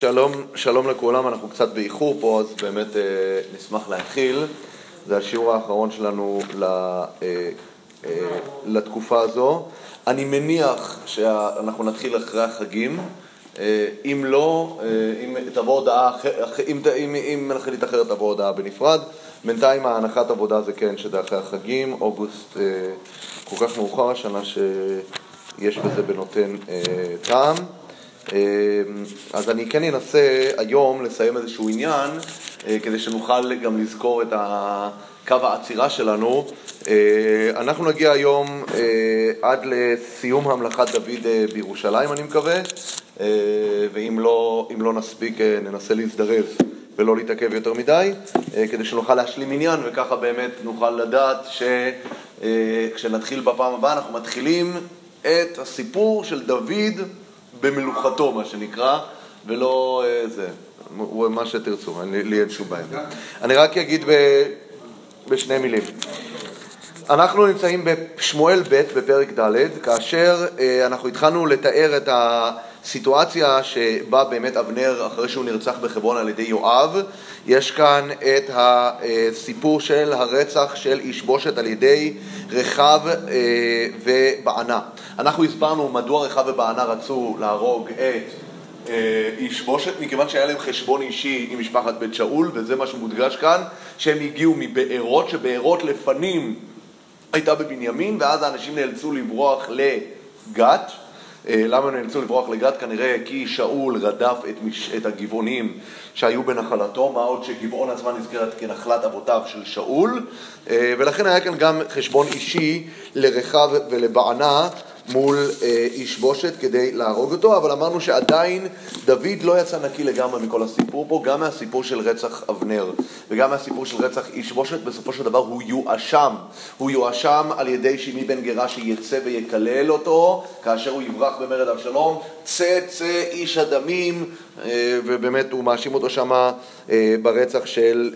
שלום לכולם, אנחנו קצת באיחור פה, אז באמת נשמח להתחיל. זה השיעור האחרון שלנו לתקופה הזו. אני מניח שאנחנו נתחיל אחרי החגים. אם לא, אם תבוא הודעה, אם נחליט אחרת תבוא הודעה בנפרד. בינתיים ההנחת עבודה זה כן, שזה אחרי החגים, אוגוסט כל כך מאוחר השנה שיש בזה בנותן טעם. אז אני כן אנסה היום לסיים איזשהו עניין כדי שנוכל גם לזכור את קו העצירה שלנו. אנחנו נגיע היום עד לסיום המלכת דוד בירושלים, אני מקווה, ואם לא נספיק ננסה להזדרז ולא להתעכב יותר מדי, כדי שנוכל להשלים עניין, וככה באמת נוכל לדעת שכשנתחיל בפעם הבאה אנחנו מתחילים את הסיפור של דוד במלוכתו, מה שנקרא, ולא זה, מה שתרצו, לי אין שום בעיה. אני רק אגיד בשני מילים. אנחנו נמצאים בשמואל ב' בפרק ד', כאשר אנחנו התחלנו לתאר את הסיטואציה שבה באמת אבנר, אחרי שהוא נרצח בחברון על ידי יואב, יש כאן את הסיפור של הרצח של איש-בושת על ידי רחב ובענה. אנחנו הסברנו מדוע רחב ובענה רצו להרוג את איש-בושת, מכיוון שהיה להם חשבון אישי עם משפחת בית שאול, וזה מה שמודגש כאן, שהם הגיעו מבארות, שבארות לפנים הייתה בבנימין, ואז האנשים נאלצו לברוח לגת. למה הם נאלצו לברוח לגת? כנראה כי שאול רדף את הגבעונים שהיו בנחלתו, מה עוד שגבעון עצמה נזכרת כנחלת אבותיו של שאול, ולכן היה כאן גם חשבון אישי לרחב ולבענה מול איש-בושת כדי להרוג אותו, אבל אמרנו שעדיין דוד לא יצא נקי לגמרי מכל הסיפור פה, גם מהסיפור של רצח אבנר וגם מהסיפור של רצח איש-בושת. בסופו של דבר הוא יואשם על ידי שימי בן גרה שיצא ויקלל אותו כאשר הוא יברח במרד אבשלום, צא איש הדמים, ובאמת הוא מאשים אותו שמה ברצח של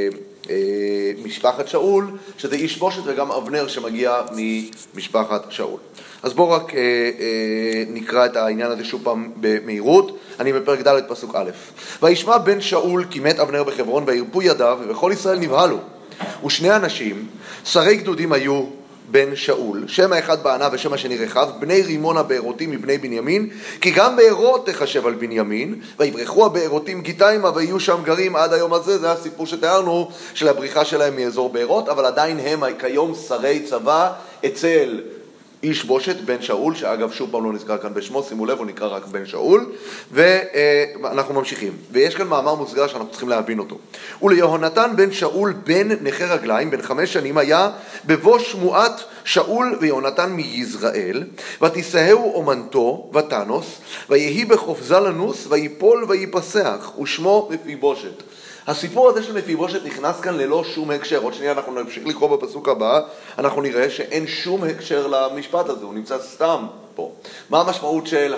משפחת שאול, שזה איש-בושת, וגם אבנר שמגיע ממשפחת שאול. אז בואו רק נקרא את העניין הזה שוב פעם במהירות. אני בפרק ד' פסוק א'. וישמע בן שאול כי מת אבנר בחברון וירפו ידיו ובכל ישראל נבהלו. ושני אנשים, שרי גדודים היו בן שאול, שם האחד בענה ושם השני רחב, בני רימון הבארותים מבני בנימין, כי גם בארות תחשב על בנימין, ויברחו הבארותים גיתיימה ויהיו שם גרים עד היום הזה. זה הסיפור שתיארנו של הבריחה שלהם מאזור בארות, אבל עדיין הם כיום שרי צבא אצל איש-בושת בן שאול, שאגב שוב פעם לא נזכר כאן בשמו, שימו לב, הוא נקרא רק בן שאול, ואנחנו ממשיכים. ויש כאן מאמר מוסגר שאנחנו צריכים להבין אותו. וליהונתן בן שאול בן נכה רגליים, בן 5 שנים, היה בבוא שמועת שאול ויהונתן מיזרעאל, ותישאהו אומנתו ותנוס, ויהי בחופזה לנוס, ויפול ויפסח, ושמו מפיבושת. הסיפור הזה של מפיבושת נכנס כאן ללא שום הקשר. עוד שנייה אנחנו נמשיך לקרוא בפסוק הבא, אנחנו נראה שאין שום הקשר למשפט הזה, הוא נמצא סתם פה. מה המשמעות של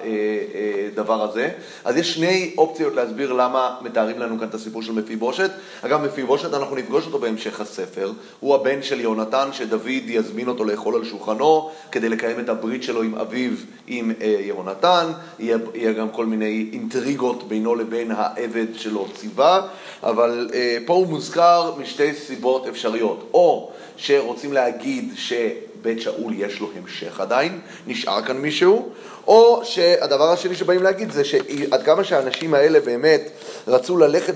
הדבר הזה? אז יש שני אופציות להסביר למה מתארים לנו כאן את הסיפור של מפיבושת. אגב, מפיבושת אנחנו נפגוש אותו בהמשך הספר, הוא הבן של יהונתן שדוד יזמין אותו לאכול על שולחנו כדי לקיים את הברית שלו עם אביו עם יהונתן. יהיה גם כל מיני אינטריגות בינו לבין העבד שלו ציווה, אבל פה הוא מוזכר משתי סיבות אפשריות. או שרוצים להגיד שבית שאול יש לו המשך עדיין, נשאר כאן מישהו, או שהדבר השני שבאים להגיד זה שעד כמה שהאנשים האלה באמת רצו ללכת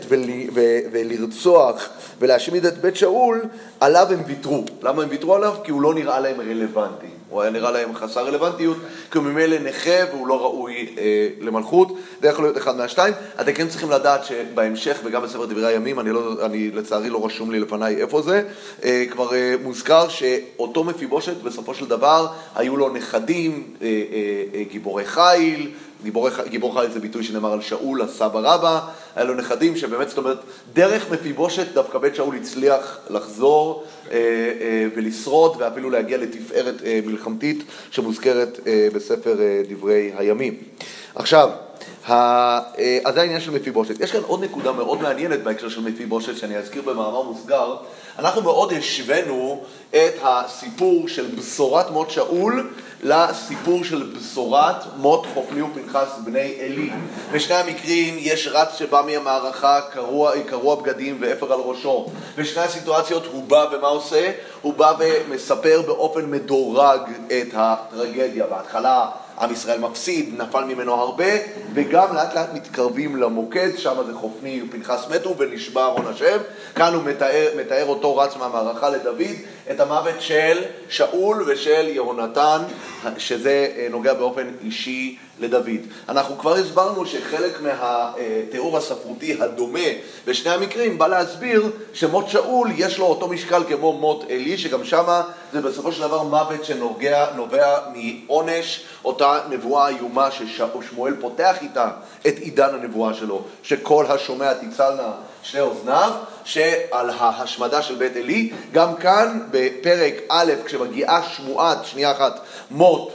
ולרצוח ולהשמיד את בית שאול, עליו הם ויתרו. למה הם ויתרו עליו? כי הוא לא נראה להם רלוונטי. הוא היה נראה להם חסר רלוונטיות, כי הוא ממילא נכה והוא לא ראוי למלכות. זה יכול להיות אחד מהשתיים. אתם כן צריכים לדעת שבהמשך וגם בספר דברי הימים, אני לצערי לא רשום לי לפניי איפה זה, כבר מוזכר שאותו מפיבושת בסופו של דבר היו לו נכדים, גיבורי חיל. גיבור חיל זה ביטוי שנאמר על שאול, הסבא רבא, היה לו נכדים שבאמת, זאת אומרת, דרך מפיבושת דווקא בית שאול הצליח לחזור ולשרוד ואפילו להגיע לתפארת מלחמתית שמוזכרת בספר דברי הימים. עכשיו, אז זה העניין של מפיבושת. יש כאן עוד נקודה מאוד מעניינת בהקשר של מפיבושת, שאני אזכיר במאמר מוסגר. אנחנו מאוד השווינו את הסיפור של בשורת מות שאול לסיפור של בשורת מות חופני ופנחס בני אלי. בשני המקרים יש רץ שבא מהמערכה, קרוע בגדים ואפר על ראשו. בשני הסיטואציות הוא בא ומה עושה? הוא בא ומספר באופן מדורג את הטרגדיה. בהתחלה עם ישראל מפסיד, נפל ממנו הרבה, וגם לאט לאט מתקרבים למוקד, שם זה חופני ופנחס מתו ונשבע ארון השם. כאן הוא מתאר אותו רץ מהמערכה לדוד, את המוות של שאול ושל יהונתן, שזה נוגע באופן אישי לדוד. אנחנו כבר הסברנו שחלק מהתיאור הספרותי הדומה בשני המקרים בא להסביר שמות שאול יש לו אותו משקל כמו מות אלי, שגם שמה זה בסופו של דבר מוות שנובע מעונש, אותה נבואה איומה ששמואל פותח איתה את עידן הנבואה שלו, שכל השומע תצלנה שני אוזניו, שעל ההשמדה של בית אלי. גם כאן בפרק א' כשמגיעה שמועת, שנייה אחת, מות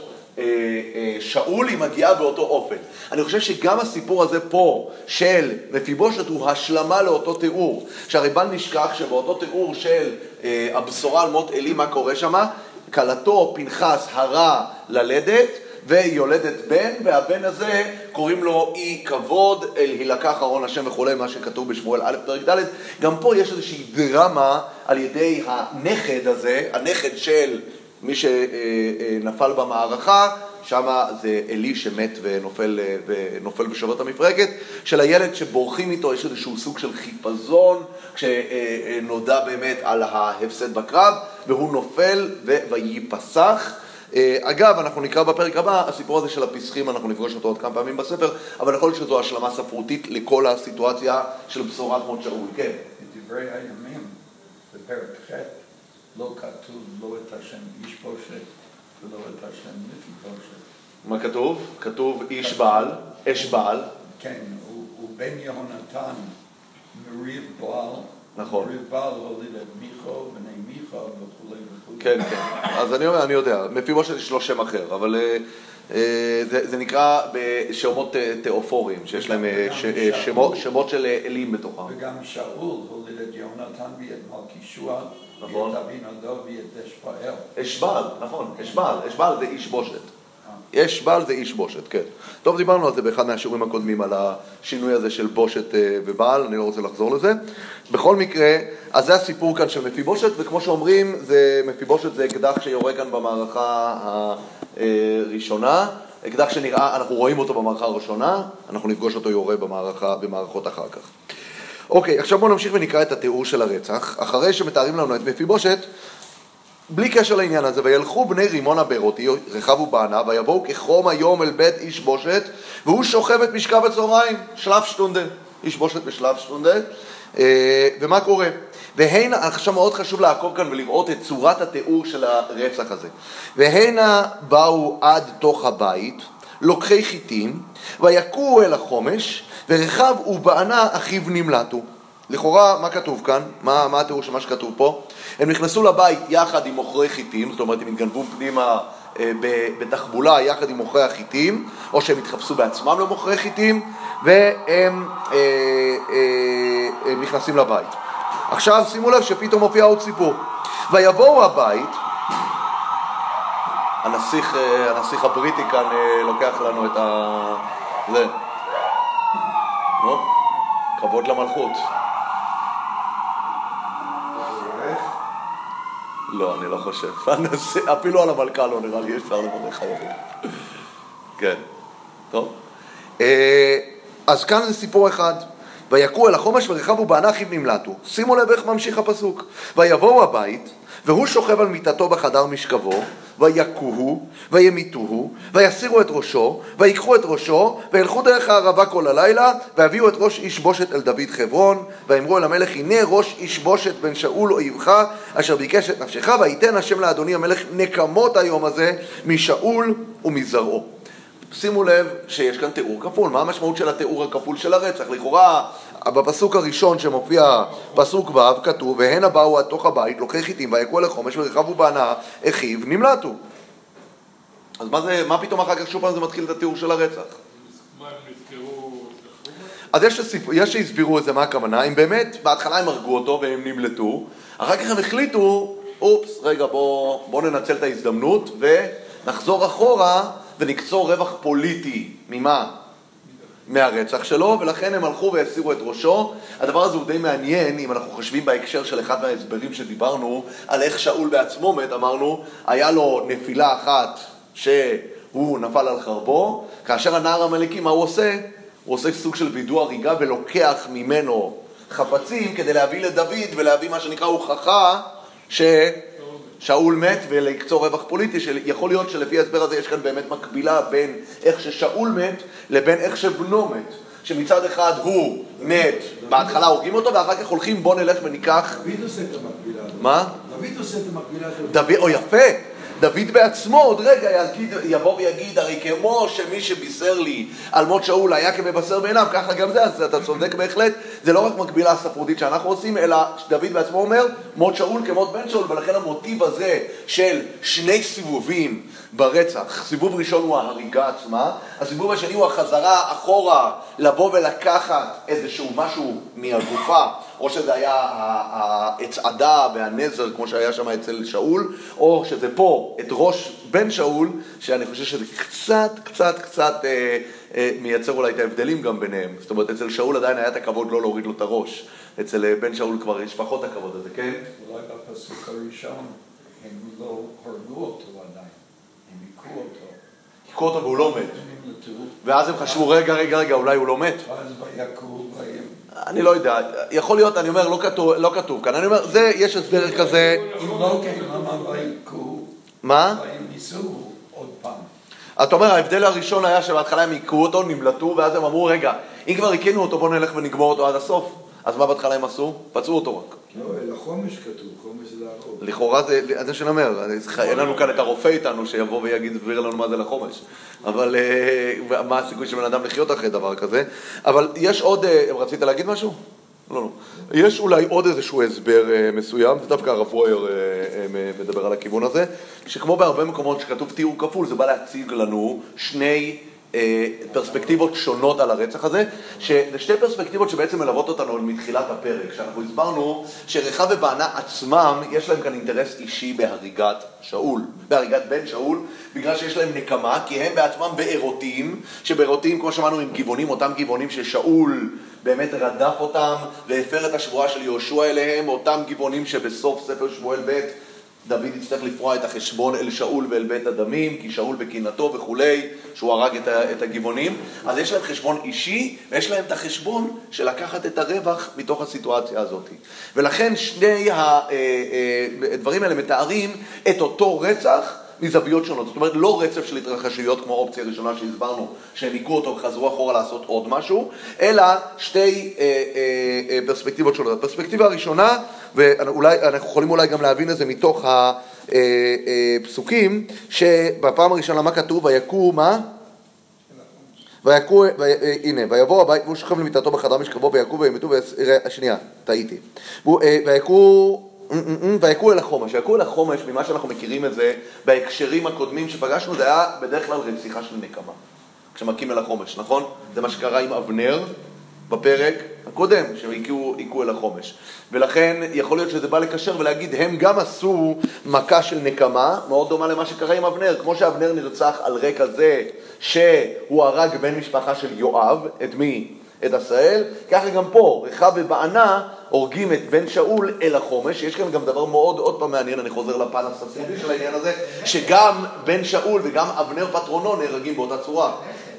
שאול, היא מגיעה באותו אופן. אני חושב שגם הסיפור הזה פה של מפיבושת הוא השלמה לאותו תיאור, שהרי בל נשכח שבאותו תיאור של הבשורה על מות אלי, מה קורה שמה? כלתו פנחס הרע ללדת ויולדת בן, והבן הזה קוראים לו אי כבוד, אל הילקח ארון השם וכו', מה שכתוב בשמואל א' פרק ד'. גם פה יש איזושהי דרמה על ידי הנכד הזה, הנכד של מי שנפל במערכה, שם זה אלי שמת ונופל בשורת המפרקת, של הילד שבורחים איתו, יש איזשהו סוג של חיפזון, כשנודע באמת על ההפסד בקרב, והוא נופל וייפסח. אגב, אנחנו נקרא בפרק הבא, הסיפור הזה של הפסחים, אנחנו נפגוש אותו עוד כמה פעמים בספר, אבל יכול להיות שזו השלמה ספרותית לכל הסיטואציה של בשורת מות שאול. כן. בדברי הימים, בפרק ח' לא כתוב לא את השם איש בושת ולא את השם מפיבושת. מה כתוב? כתוב איש בעל, אש בעל. כן, הוא בן יהונתן, מריב בעל. נכון. מריב בעל הוליד את מיכו, בני מיכו וכו' וכו'. כן, כן. אז אני יודע, מפיבושת יש לו שם אחר, אבל זה נקרא בשמות תיאופוריים, שיש להם שמות של אלים בתוכם. וגם שאול הוליד את יהונתן ואת מלכישוע, נכון. ואת אבינדב ואת אשבעאל. אשבעל, נכון, אשבעל זה איש בושת. אשבעל זה איש בושת, כן. טוב, דיברנו על זה באחד מהשיעורים הקודמים, על השינוי הזה של בושת ובעל, אני לא רוצה לחזור לזה. בכל מקרה, אז זה הסיפור כאן של מפיבושת, וכמו שאומרים, מפיבושת זה אקדח שיורה כאן במערכה הראשונה, אקדח שנראה, אנחנו רואים אותו במערכה הראשונה, אנחנו נפגוש אותו יורה במערכות אחר כך. אוקיי, עכשיו בואו נמשיך ונקרא את התיאור של הרצח. אחרי שמתארים לנו את מפיבושת, בלי קשר לעניין הזה, וילכו בני רימון הברותי, רחב ובענה, ויבואו כחום היום אל בית איש בושת, והוא שוכב את משכב הצהריים, שלב שטונדה, איש בושת בשלב שטונדה. ומה קורה? והנה, עכשיו מאוד חשוב לעקוב כאן ולראות את צורת התיאור של הרצח הזה. והנה באו עד תוך הבית, לוקחי חיטים, ויקעו אל החומש, ורחב ובענה אחיו נמלטו. לכאורה, מה כתוב כאן? מה התיאור של מה שכתוב פה? הם נכנסו לבית יחד עם מוכרי חיטים, זאת אומרת, הם התגנבו פנימה בתחבולה יחד עם מוכרי החיטים, או שהם התחפשו בעצמם למוכרי חיטים, והם נכנסים לבית. עכשיו, שימו לב שפתאום מופיע עוד סיפור. ויבואו הבית, הנסיך הבריטי כאן לוקח לנו את זה. נו, כבוד למלכות. לא, אני לא חושב. אפילו על המלכה לא נראה לי, אפשר לברך חייבים. כן, טוב. אז כאן זה סיפור אחד. ויקעו אל החומש ורחב ובענה אחיו נמלטו. שימו לב איך ממשיך הפסוק. ויבואו הבית, והוא שוכב על מיטתו בחדר משכבו, ויקוהו, וימיתוהו, ויסירו את ראשו, ויקחו את ראשו, וילכו דרך הערבה כל הלילה, והביאו את ראש איש בושת אל דוד חברון, ואמרו אל המלך, הנה ראש איש בושת בן שאול אויבך, אשר ביקש את נפשך, ויתן השם לאדוני המלך נקמות היום הזה משאול ומזרעו. שימו לב שיש כאן תיאור כפול. מה המשמעות של התיאור הכפול של הרצח? לכאורה, בפסוק הראשון שמופיע פסוק ו' כתוב, והנה באו עד תוך הבית, לוקחי חיטים, ויקעו אל החומש ורחב ובענה אחיו נמלטו. אז מה פתאום אחר כך שוב פעם זה מתחיל את התיאור של הרצח? מה הם נזכרו אז יש שהסבירו את זה, מה הכוונה? אם באמת, בהתחלה הם הרגו אותו והם נמלטו, אחר כך הם החליטו, אופס, רגע, בוא ננצל את ההזדמנות ונחזור אחורה ונקצור רווח פוליטי. ממה? מהרצח שלו, ולכן הם הלכו והסירו את ראשו. הדבר הזה הוא די מעניין, אם אנחנו חושבים בהקשר של אחד מההסברים שדיברנו, על איך שאול בעצמו מת, אמרנו, היה לו נפילה אחת שהוא נפל על חרבו, כאשר הנער המלאקי, מה הוא עושה? הוא עושה סוג של וידוא הריגה ולוקח ממנו חפצים כדי להביא לדוד ולהביא מה שנקרא הוכחה ששאול מת ולקצור רווח פוליטי. שיכול להיות שלפי ההסבר הזה יש כאן באמת מקבילה בין איך ששאול מת לבין איך שבנו מת. שמצד אחד הוא מת, בהתחלה הורגים אותו ואחר כך הולכים בוא נלך וניקח... דוד עושה את המקבילה. מה? דוד עושה את המקבילה. דוד, או יפה. דוד בעצמו עוד רגע יבוא ויגיד, הרי כמו שמי שבישר לי על מות שאול היה כמבשר בעיניו, ככה גם זה, אז אתה צודק בהחלט, זה לא רק מקבילה הספרותית שאנחנו עושים, אלא דוד בעצמו אומר, מות שאול כמות בן שאול, ולכן המוטיב הזה של שני סיבובים ברצח, סיבוב ראשון הוא ההריגה עצמה, הסיבוב השני הוא החזרה אחורה, לבוא ולקחת איזשהו משהו מהגופה, או שזה היה הצעדה והנזר כמו שהיה שם אצל שאול, או שזה פה את ראש בן שאול, שאני חושב שזה קצת מייצר אולי את ההבדלים גם ביניהם. זאת אומרת, אצל שאול עדיין היה את הכבוד לא להוריד לו את הראש, אצל בן שאול כבר יש פחות הכבוד הזה, כן? אולי בפסוק הראשון הם לא הרגו אותו עדיין, הם היכו אותו. היכו אותו והוא לא מת. ואז הם חשבו, רגע, אולי הוא לא מת. ואז ויכו והם... אני לא יודע, יכול להיות, אני אומר, לא כתוב כאן, אני אומר, יש הסבר כזה... לא כן, למה ויכו? מה? והם ניסו עוד פעם. אתה אומר, ההבדל הראשון היה שבהתחלה הם היכו אותו, נמלטו, ואז הם אמרו, רגע, אם כבר היכינו אותו, בוא נלך ונגמור אותו עד הסוף. אז מה בהתחלה הם עשו? פצעו אותו רק. לא, לחומש כתוב, חומש זה להרוג. לכאורה זה שנאמר, אין לנו כאן את הרופא איתנו שיבוא ויגיד, סביר לנו מה זה לחומש. אבל מה הסיכוי של בן אדם לחיות אחרי דבר כזה? אבל יש עוד, רצית להגיד משהו? לא. יש אולי עוד איזשהו הסבר מסוים, זה דווקא הרב וויר מדבר על הכיוון הזה, שכמו בהרבה מקומות שכתוב תיאור כפול, זה בא להציג לנו שני פרספקטיבות שונות על הרצח הזה, שזה שתי פרספקטיבות שבעצם מלוות אותנו מתחילת הפרק, שאנחנו הסברנו שרחב ובענה עצמם יש להם כאן אינטרס אישי בהריגת שאול, בהריגת בן שאול, בגלל שיש להם נקמה, כי הם בעצמם באירותים, שבאירותים כמו שמענו עם גיוונים, אותם גיוונים ששאול באמת רדף אותם והפר את השבועה של יהושע אליהם, אותם גיוונים שבסוף ספר שמואל ב' דוד יצטרך לפרוע את החשבון אל שאול ואל בית הדמים, כי שאול בקנאתו וכולי, שהוא הרג את הגיוונים. אז יש להם חשבון אישי, ויש להם את החשבון של לקחת את הרווח מתוך הסיטואציה הזאת. ולכן שני הדברים האלה מתארים את אותו רצח מזוויות שונות. זאת אומרת, לא רצף של התרחשויות כמו אופציה ראשונה שהסברנו, שהם עיקו אותו וחזרו אחורה לעשות עוד משהו, אלא שתי פרספקטיבות שונות. הפרספקטיבה הראשונה, ואנחנו יכולים אולי גם להבין את זה מתוך הפסוקים, שבפעם הראשונה מה כתוב? ויקו מה? ויקו, הנה, ויבוא הבית, והוא שוכב למיטתו בחדר משכבו, ויקו וימתו, שנייה, טעיתי. ויקו אל החומש. ויקו אל החומש, ממה שאנחנו מכירים את זה, בהקשרים הקודמים שפגשנו, זה היה בדרך כלל רציחה של נקמה. כשמקים אל החומש, נכון? זה מה שקרה עם אבנר בפרק הקודם, שהיקו אל החומש. ולכן יכול להיות שזה בא לקשר ולהגיד, הם גם עשו מכה של נקמה, מאוד דומה למה שקרה עם אבנר. כמו שאבנר נרצח על רקע זה שהוא הרג בן משפחה של יואב, את מי? את עשאל, ככה גם פה, רחב ובענה הורגים את בן שאול אל החומש. יש כאן גם דבר מאוד עוד פעם מעניין, אני חוזר לפן הספרותי של העניין הזה, שגם בן שאול וגם אבנר פטרונו נהרגים באותה צורה.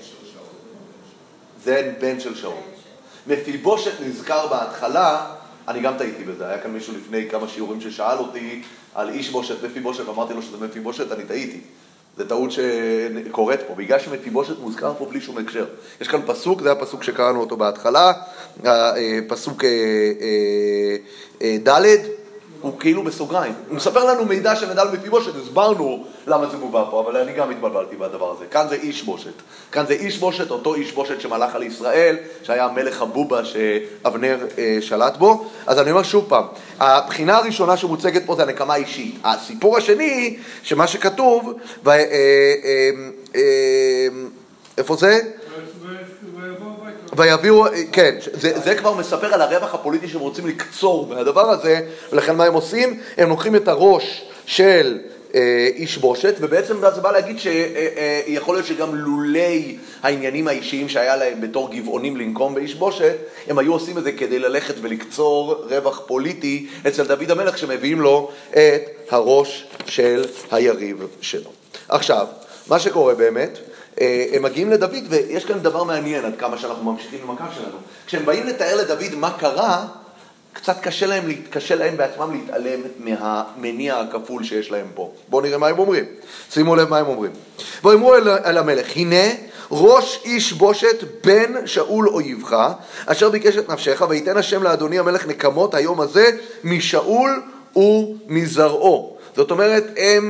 זה בן של שאול. מפיבושת נזכר בהתחלה, אני גם טעיתי בזה, היה כאן מישהו לפני כמה שיעורים ששאל אותי על איש בושת מפיבושת, ואמרתי לו שזה מפיבושת, אני טעיתי. זה טעות שקורית פה, בגלל שמפיבושת מוזכר פה בלי שום הקשר. יש כאן פסוק, זה הפסוק שקראנו אותו בהתחלה, פסוק ד' הוא כאילו בסוגריים. הוא מספר לנו מידע שנדע על מפיבושת, הסברנו למה זה מובא פה, אבל אני גם התבלבלתי בדבר הזה. כאן זה איש בושת. כאן זה איש בושת, אותו איש בושת שמלך על ישראל, שהיה מלך הבובה שאבנר שלט בו. אז אני אומר שוב פעם, הבחינה הראשונה שמוצגת פה זה הנקמה אישית. הסיפור השני, שמה שכתוב, איפה זה? ויביאו, כן, זה כבר מספר על הרווח הפוליטי שהם רוצים לקצור מהדבר הזה, ולכן מה הם עושים? הם לוקחים את הראש של איש בושת, ובעצם זה בא להגיד שיכול להיות שגם לולי העניינים האישיים שהיה להם בתור גבעונים לנקום באיש בושת, הם היו עושים את זה כדי ללכת ולקצור רווח פוליטי אצל דוד המלך שמביאים לו את הראש של היריב שלו. עכשיו, מה שקורה באמת, הם מגיעים לדוד, ויש כאן דבר מעניין עד כמה שאנחנו ממשיכים במקרה שלנו. כשהם באים לתאר לדוד מה קרה, קצת קשה להם בעצמם להתעלם מהמניע הכפול שיש להם פה. בואו נראה מה הם אומרים. שימו לב מה הם אומרים. ואמרו אל המלך, הנה ראש איש בושת בן שאול אויבך, אשר ביקש את נפשך, ויתן השם לאדוני המלך נקמות היום הזה משאול ומזרעו. זאת אומרת, הם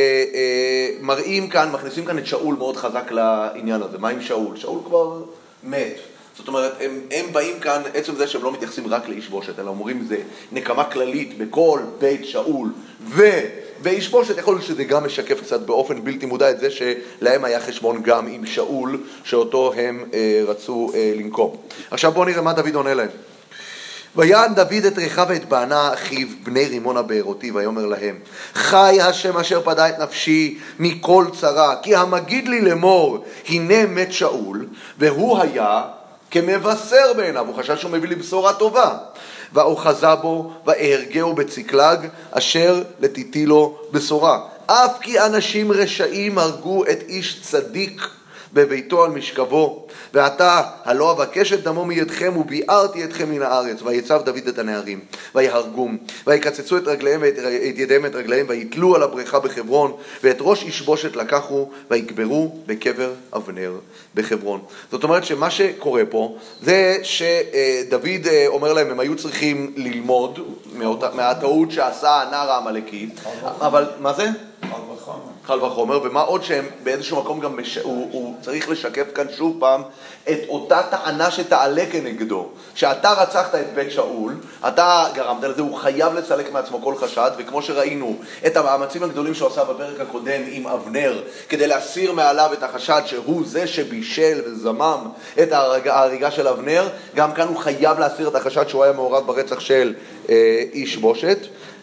מראים כאן, מכניסים כאן את שאול מאוד חזק לעניין הזה. מה עם שאול? שאול כבר מת. זאת אומרת, הם באים כאן, עצם זה שהם לא מתייחסים רק לאיש בושת, אלא אומרים זה נקמה כללית בכל בית שאול ואיש בושת, יכול להיות שזה גם משקף קצת באופן בלתי מודע את זה שלהם היה חשבון גם עם שאול, שאותו הם רצו לנקום. עכשיו בואו נראה מה דוד עונה להם. ויען דוד את רכב ואת בענה אחיו בני רימון הבארותי ויאמר להם, חי השם אשר פדה את נפשי מכל צרה, כי המגיד לי לאמור הנה מת שאול, והוא היה כמבשר בעיניו, הוא חשב שהוא מביא לי בשורה טובה. ואוחזה בו והרגהו בצקלג אשר לתיתי לו בשורה. אף כי אנשים רשעים הרגו את איש צדיק בביתו על משכבו, ועתה הלא אבקש את דמו מידכם וביערתי אתכם מן הארץ. ויצב דוד את הנערים ויהרגום ויקצצו את רגליהם ואת ידיהם את רגליהם ויתלו על הבריכה בחברון, ואת ראש איש בושת לקחו ויקברו בקבר אבנר בחברון. זאת אומרת שמה שקורה פה זה שדוד אומר להם הם היו צריכים ללמוד מהטעות שעשה הנער העמלקי, אבל מה זה? קל וחומר, ומה עוד שהם באיזשהו מקום גם הוא צריך לשקף כאן שוב פעם את אותה טענה שתעלה כנגדו, שאתה רצחת את בית שאול, אתה גרמת לזה, הוא חייב לסלק מעצמו כל חשד, וכמו שראינו את המאמצים הגדולים שהוא עשה בפרק הקודם עם אבנר, כדי להסיר מעליו את החשד שהוא זה שבישל וזמם את ההריגה של אבנר, גם כאן הוא חייב להסיר את החשד שהוא היה מעורב ברצח של איש בושת,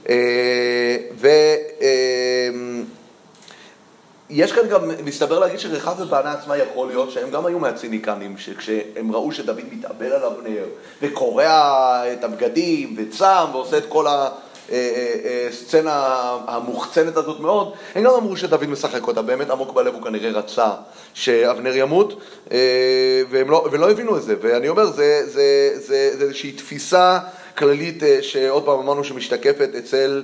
יש כאן גם, מסתבר להגיד שרחב ובענה עצמה יכול להיות שהם גם היו מהציניקנים, שכשהם ראו שדוד מתאבל על אבנר וקורע את הבגדים וצם ועושה את כל הסצנה המוחצנת הזאת מאוד, הם גם אמרו שדוד משחק אותה, באמת עמוק בלב הוא כנראה רצה שאבנר ימות, ולא הבינו את זה. ואני אומר, זה איזושהי תפיסה כללית שעוד פעם אמרנו שמשתקפת אצל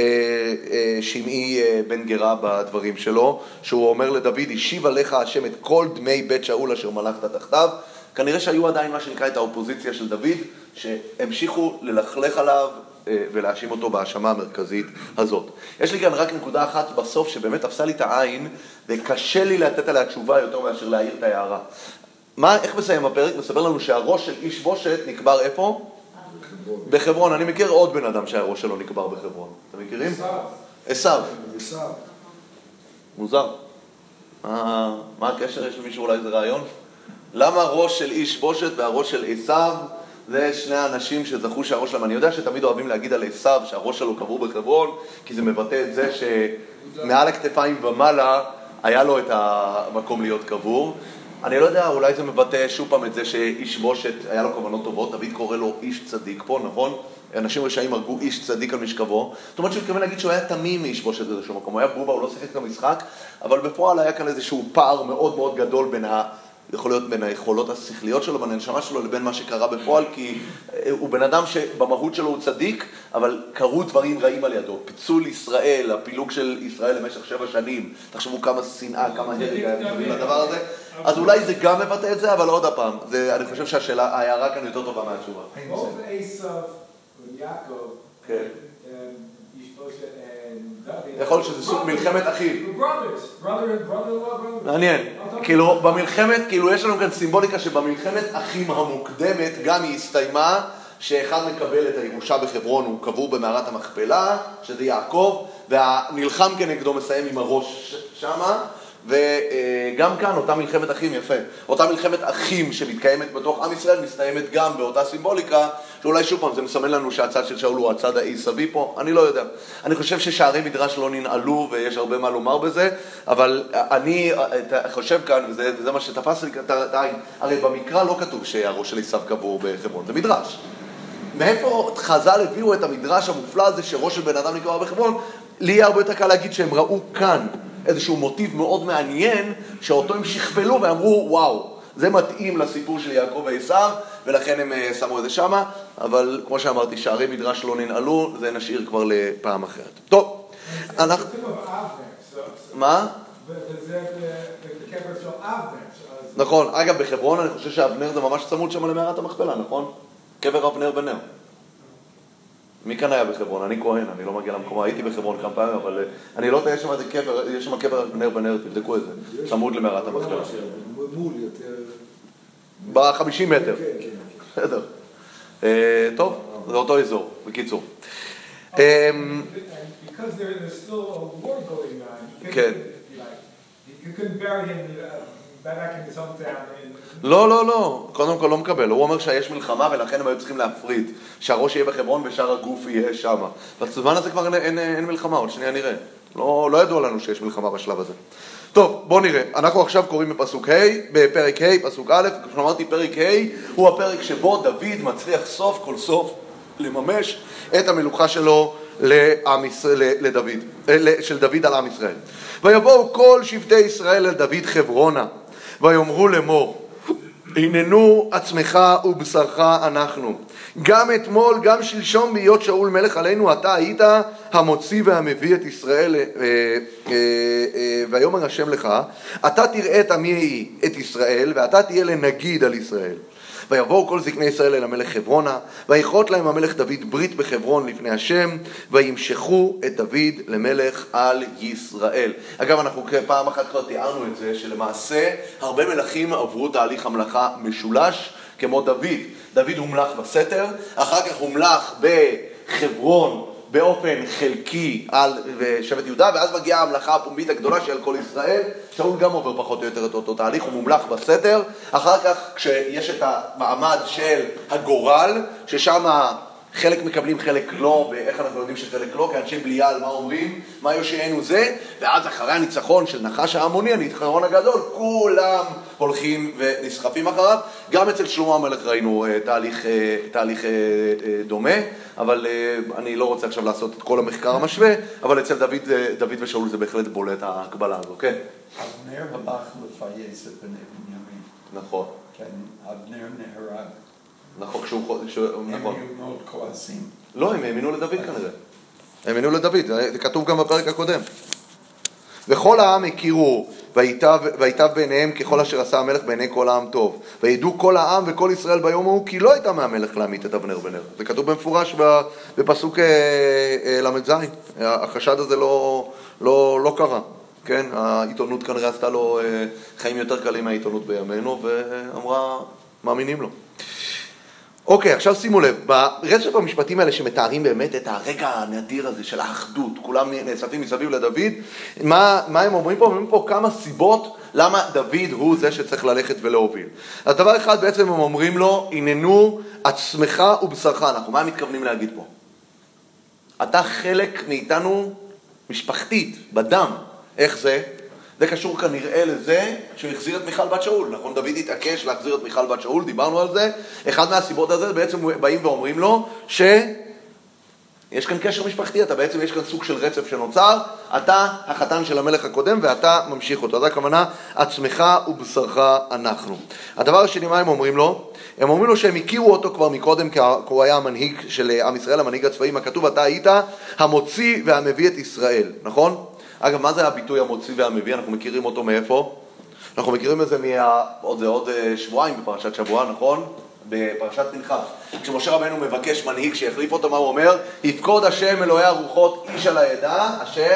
שמעי בן גרה בדברים שלו, שהוא אומר לדוד, השיב עליך השם את כל דמי בית שאול אשר מלכת תחתיו. כנראה שהיו עדיין מה שנקרא את האופוזיציה של דוד, שהמשיכו ללכלך עליו ולהאשים אותו בהאשמה המרכזית הזאת. יש לי כאן רק נקודה אחת בסוף שבאמת תפסה לי את העין, וקשה לי לתת עליה תשובה יותר מאשר להעיר את ההערה. איך מסיים הפרק? מספר לנו שהראש של איש בושת נקבר איפה? בחברון. אני מכיר עוד בן אדם שהראש שלו נקבר בחברון. אתם מכירים? עשיו. מוזר. מה הקשר? יש למישהו אולי איזה רעיון? למה ראש של איש בושת והראש של עשיו זה שני אנשים שזכו שהראש שלהם? אני יודע שתמיד אוהבים להגיד על עשיו שהראש שלו קבור בחברון, כי זה מבטא את זה שמעל הכתפיים ומעלה היה לו את המקום להיות קבור. אני לא יודע, אולי זה מבטא שוב פעם את זה שאיש בושת היה לו כוונות טובות, דוד קורא לו איש צדיק פה, נכון? אנשים רשעים הרגו איש צדיק על משכבו. זאת אומרת שהוא התכוון להגיד שהוא היה תמים מאיש בושת באיזשהו מקום, הוא היה בובה, הוא לא שיחק את המשחק, אבל בפועל היה כאן איזשהו פער מאוד מאוד גדול יכול להיות בין היכולות השכליות שלו, בין הנשמה שלו, לבין מה שקרה בפועל, כי הוא בן אדם שבמהות שלו הוא צדיק, אבל קרו דברים רעים על ידו. פיצול ישראל, הפילוג של ישראל למשך 7 שנים, תחשבו כמה שנאה, כמה הרג היה מסביב לדבר הזה, אז אולי זה גם מבטא את זה, אבל עוד הפעם, אני חושב שהשאלה, ההערה כאן יותר טובה מהתשובה. Both Esav ויעקב, יכול להיות שזה סוג מלחמת אחים. מעניין. כאילו, במלחמת, כאילו יש לנו כאן סימבוליקה שבמלחמת אחים המוקדמת גם היא הסתיימה, שאחד מקבל את הירושה בחברון, הוא קבור במערת המכפלה, שזה יעקב, והנלחם כנגדו מסיים עם הראש שמה, וגם כאן אותה מלחמת אחים, יפה, אותה מלחמת אחים שמתקיימת בתוך עם ישראל מסתיימת גם באותה סימבוליקה, שאולי שוב פעם זה מסמן לנו שהצד של שאול הוא הצד העשוי פה, אני לא יודע. אני חושב ששערי מדרש לא ננעלו ויש הרבה מה לומר בזה, אבל אני חושב כאן, וזה מה שתפס לי את העין, הרי במקרא לא כתוב שהראש של עשיו קבור בחברון, זה מדרש. מאיפה חז"ל הביאו את המדרש המופלא הזה שראש של בן אדם נקבר בחברון? לי יהיה הרבה יותר קל להגיד שהם ראו כאן איזשהו מוטיב מאוד מעניין, שאותו הם שכפלו ואמרו, וואו, זה מתאים לסיפור של יעקב ועשיו, ולכן הם שמו את זה שמה, אבל כמו שאמרתי, שערי מדרש לא ננעלו, זה נשאיר כבר לפעם אחרת. טוב, אנחנו... מה? וזה בקבר של אבנר. נכון, אגב בחברון אני חושב שאבנר זה ממש צמוד שם למערת המכפלה, נכון? קבר אבנר בנר. מי כאן היה בחברון? אני כהן, אני לא מגיע למקום, הייתי בחברון כמה פעמים, אבל אני לא יודע, יש שם קבר אבנר בנר, תבדקו את זה, צמוד למערת המכפלה. מול יותר... ב-50 מטר. כן, כן. בסדר. טוב, זה אותו אזור, בקיצור. Because there's still a war going on, you couldn't bury him back in his hometown. לא, קודם כל לא מקבל. הוא אומר שיש מלחמה ולכן הם היו צריכים להפריד, שהראש יהיה בחברון ושאר הגוף יהיה שם. בזמן הזה כבר אין מלחמה, עוד שנייה נראה. לא ידוע לנו שיש מלחמה בשלב הזה. טוב, בואו נראה. אנחנו עכשיו קוראים בפרק ה', פסוק א', כמו שאמרתי, פרק ה' הוא הפרק שבו דוד מצליח סוף כל סוף לממש את המלוכה שלו לדוד, של דוד על עם ישראל. ויבואו כל שבטי ישראל אל דוד חברונה, ויאמרו לאמור, הננו עצמך ובשרך אנחנו. גם אתמול, גם שלשום בהיות שאול מלך עלינו, אתה היית המוציא והמביא את ישראל, ויאמר השם לך, אתה תראה את עמי את ישראל, ואתה תהיה לנגיד על ישראל. ויבואו כל זקני ישראל אל המלך חברונה, ויכרות להם המלך דוד ברית בחברון לפני השם, וימשכו את דוד למלך על ישראל. אגב, אנחנו פעם אחת כבר תיארנו את זה, שלמעשה הרבה מלכים עברו תהליך המלכה משולש, כמו דוד. דוד הומלך בסתר, אחר כך הומלך בחברון באופן חלקי על שבט יהודה, ואז מגיעה המלאכה הפומבית הגדולה של כל ישראל. שאול גם עובר פחות או יותר את אותו תהליך, הוא מומלך בסתר. אחר כך כשיש את המעמד של הגורל, ששם חלק מקבלים חלק לא, ואיך אנחנו יודעים שחלק לא, כי אנשי בליעל מה אומרים? מה יושיענו זה? ואז אחרי הניצחון של נחש העמוני, הניצחון הגדול, כולם הולכים ונסחפים אחריו. גם אצל שלמה המלך ראינו תהליך דומה, אבל אני לא רוצה עכשיו לעשות את כל המחקר המשווה, אבל אצל דוד ושאול זה בהחלט בולט ההקבלה הזו, כן? אבנר הלך לפייס את בני בנימין. נכון. כן, אבנר נהרג. נכון, נכון. הם היו מאוד כועסים. לא, הם האמינו לדוד כנראה. הם האמינו לדוד, זה כתוב גם בפרק הקודם. וכל העם הכירו, ויטב בעיניהם ככל אשר עשה המלך בעיני כל העם טוב. וידעו כל העם וכל ישראל ביום ההוא, כי לא הייתה מהמלך להמית את אבנר בנר. זה כתוב במפורש בפסוק למד זין. החשד הזה לא קרה. כן, העיתונות כנראה עשתה לו חיים יותר קלים מהעיתונות בימינו, ואמרה, מאמינים לו. אוקיי, עכשיו שימו לב, ברצף המשפטים האלה שמתארים באמת את הרגע הנדיר הזה של האחדות, כולם נאספים מסביב לדוד, מה הם אומרים פה? אומרים פה כמה סיבות למה דוד הוא זה שצריך ללכת ולהוביל. אז דבר אחד בעצם הם אומרים לו, הננו עצמך ובשרך. מה הם מתכוונים להגיד פה? אתה חלק מאיתנו משפחתית, בדם. איך זה? זה קשור כנראה לזה שהוא החזיר את מיכל בת שאול. נכון, דוד התעקש להחזיר את מיכל בת שאול, דיברנו על זה. אחד מהסיבות הזה בעצם באים ואומרים לו שיש כאן קשר משפחתי, בעצם יש כאן סוג של רצף שנוצר, אתה החתן של המלך הקודם ואתה ממשיך אותו. זה הכוונה, עצמך ובשרך אנחנו. הדבר השני, מה הם אומרים לו? הם אומרים לו שהם הכירו אותו כבר מקודם, כי הוא היה המנהיג של עם ישראל, המנהיג הצבאי, מה כתוב, אתה היית המוציא והמביא את ישראל, נכון? אגב, מה זה הביטוי המוציא והמביא? אנחנו מכירים אותו מאיפה? אנחנו מכירים את זה עוד שבועיים בפרשת שבוע, נכון? בפרשת פנחס. כשמשה רבנו מבקש מנהיג שיחליף אותו, מה הוא אומר? יפקוד השם אלוהי הרוחות איש על העדה, אשר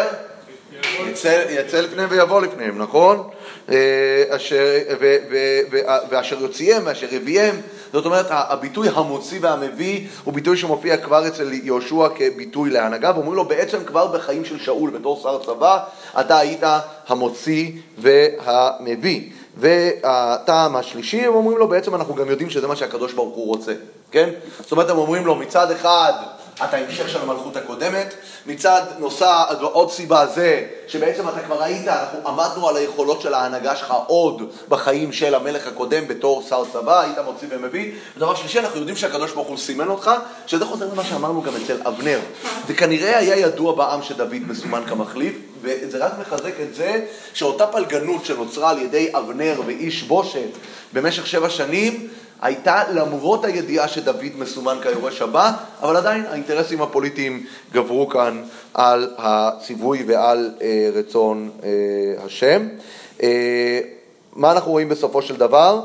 יצא לפניהם ויבוא לפניהם, נכון? ואשר יוציאם ואשר יביאם, זאת אומרת, הביטוי המוציא והמביא הוא ביטוי שמופיע כבר אצל יהושע כביטוי להנהגה, ואומרים לו בעצם כבר בחיים של שאול בתור שר צבא, אתה היית המוציא והמביא. והטעם השלישי, הם אומרים לו, בעצם אנחנו גם יודעים שזה מה שהקדוש ברוך הוא רוצה, כן? זאת אומרת, הם אומרים לו, מצד אחד, אתה המשך של המלכות הקודמת, מצד נוסע, עוד סיבה זה, שבעצם אתה כבר היית, אנחנו עמדנו על היכולות של ההנהגה שלך עוד בחיים של המלך הקודם בתור שר צבא, היית מוציא ומביא. ודבר שלישי, אנחנו יודעים שהקדוש ברוך הוא סימן אותך, שזה חוזר למה שאמרנו גם אצל אבנר. זה כנראה היה ידוע בעם שדוד מסומן כמחליף, וזה רק מחזק את זה שאותה פלגנות שנוצרה על ידי אבנר ואיש בושת במשך 7 שנים, הייתה למרות הידיעה שדוד מסומן כיורש הבא, אבל עדיין האינטרסים הפוליטיים גברו כאן על הציווי ועל רצון השם. מה אנחנו רואים בסופו של דבר?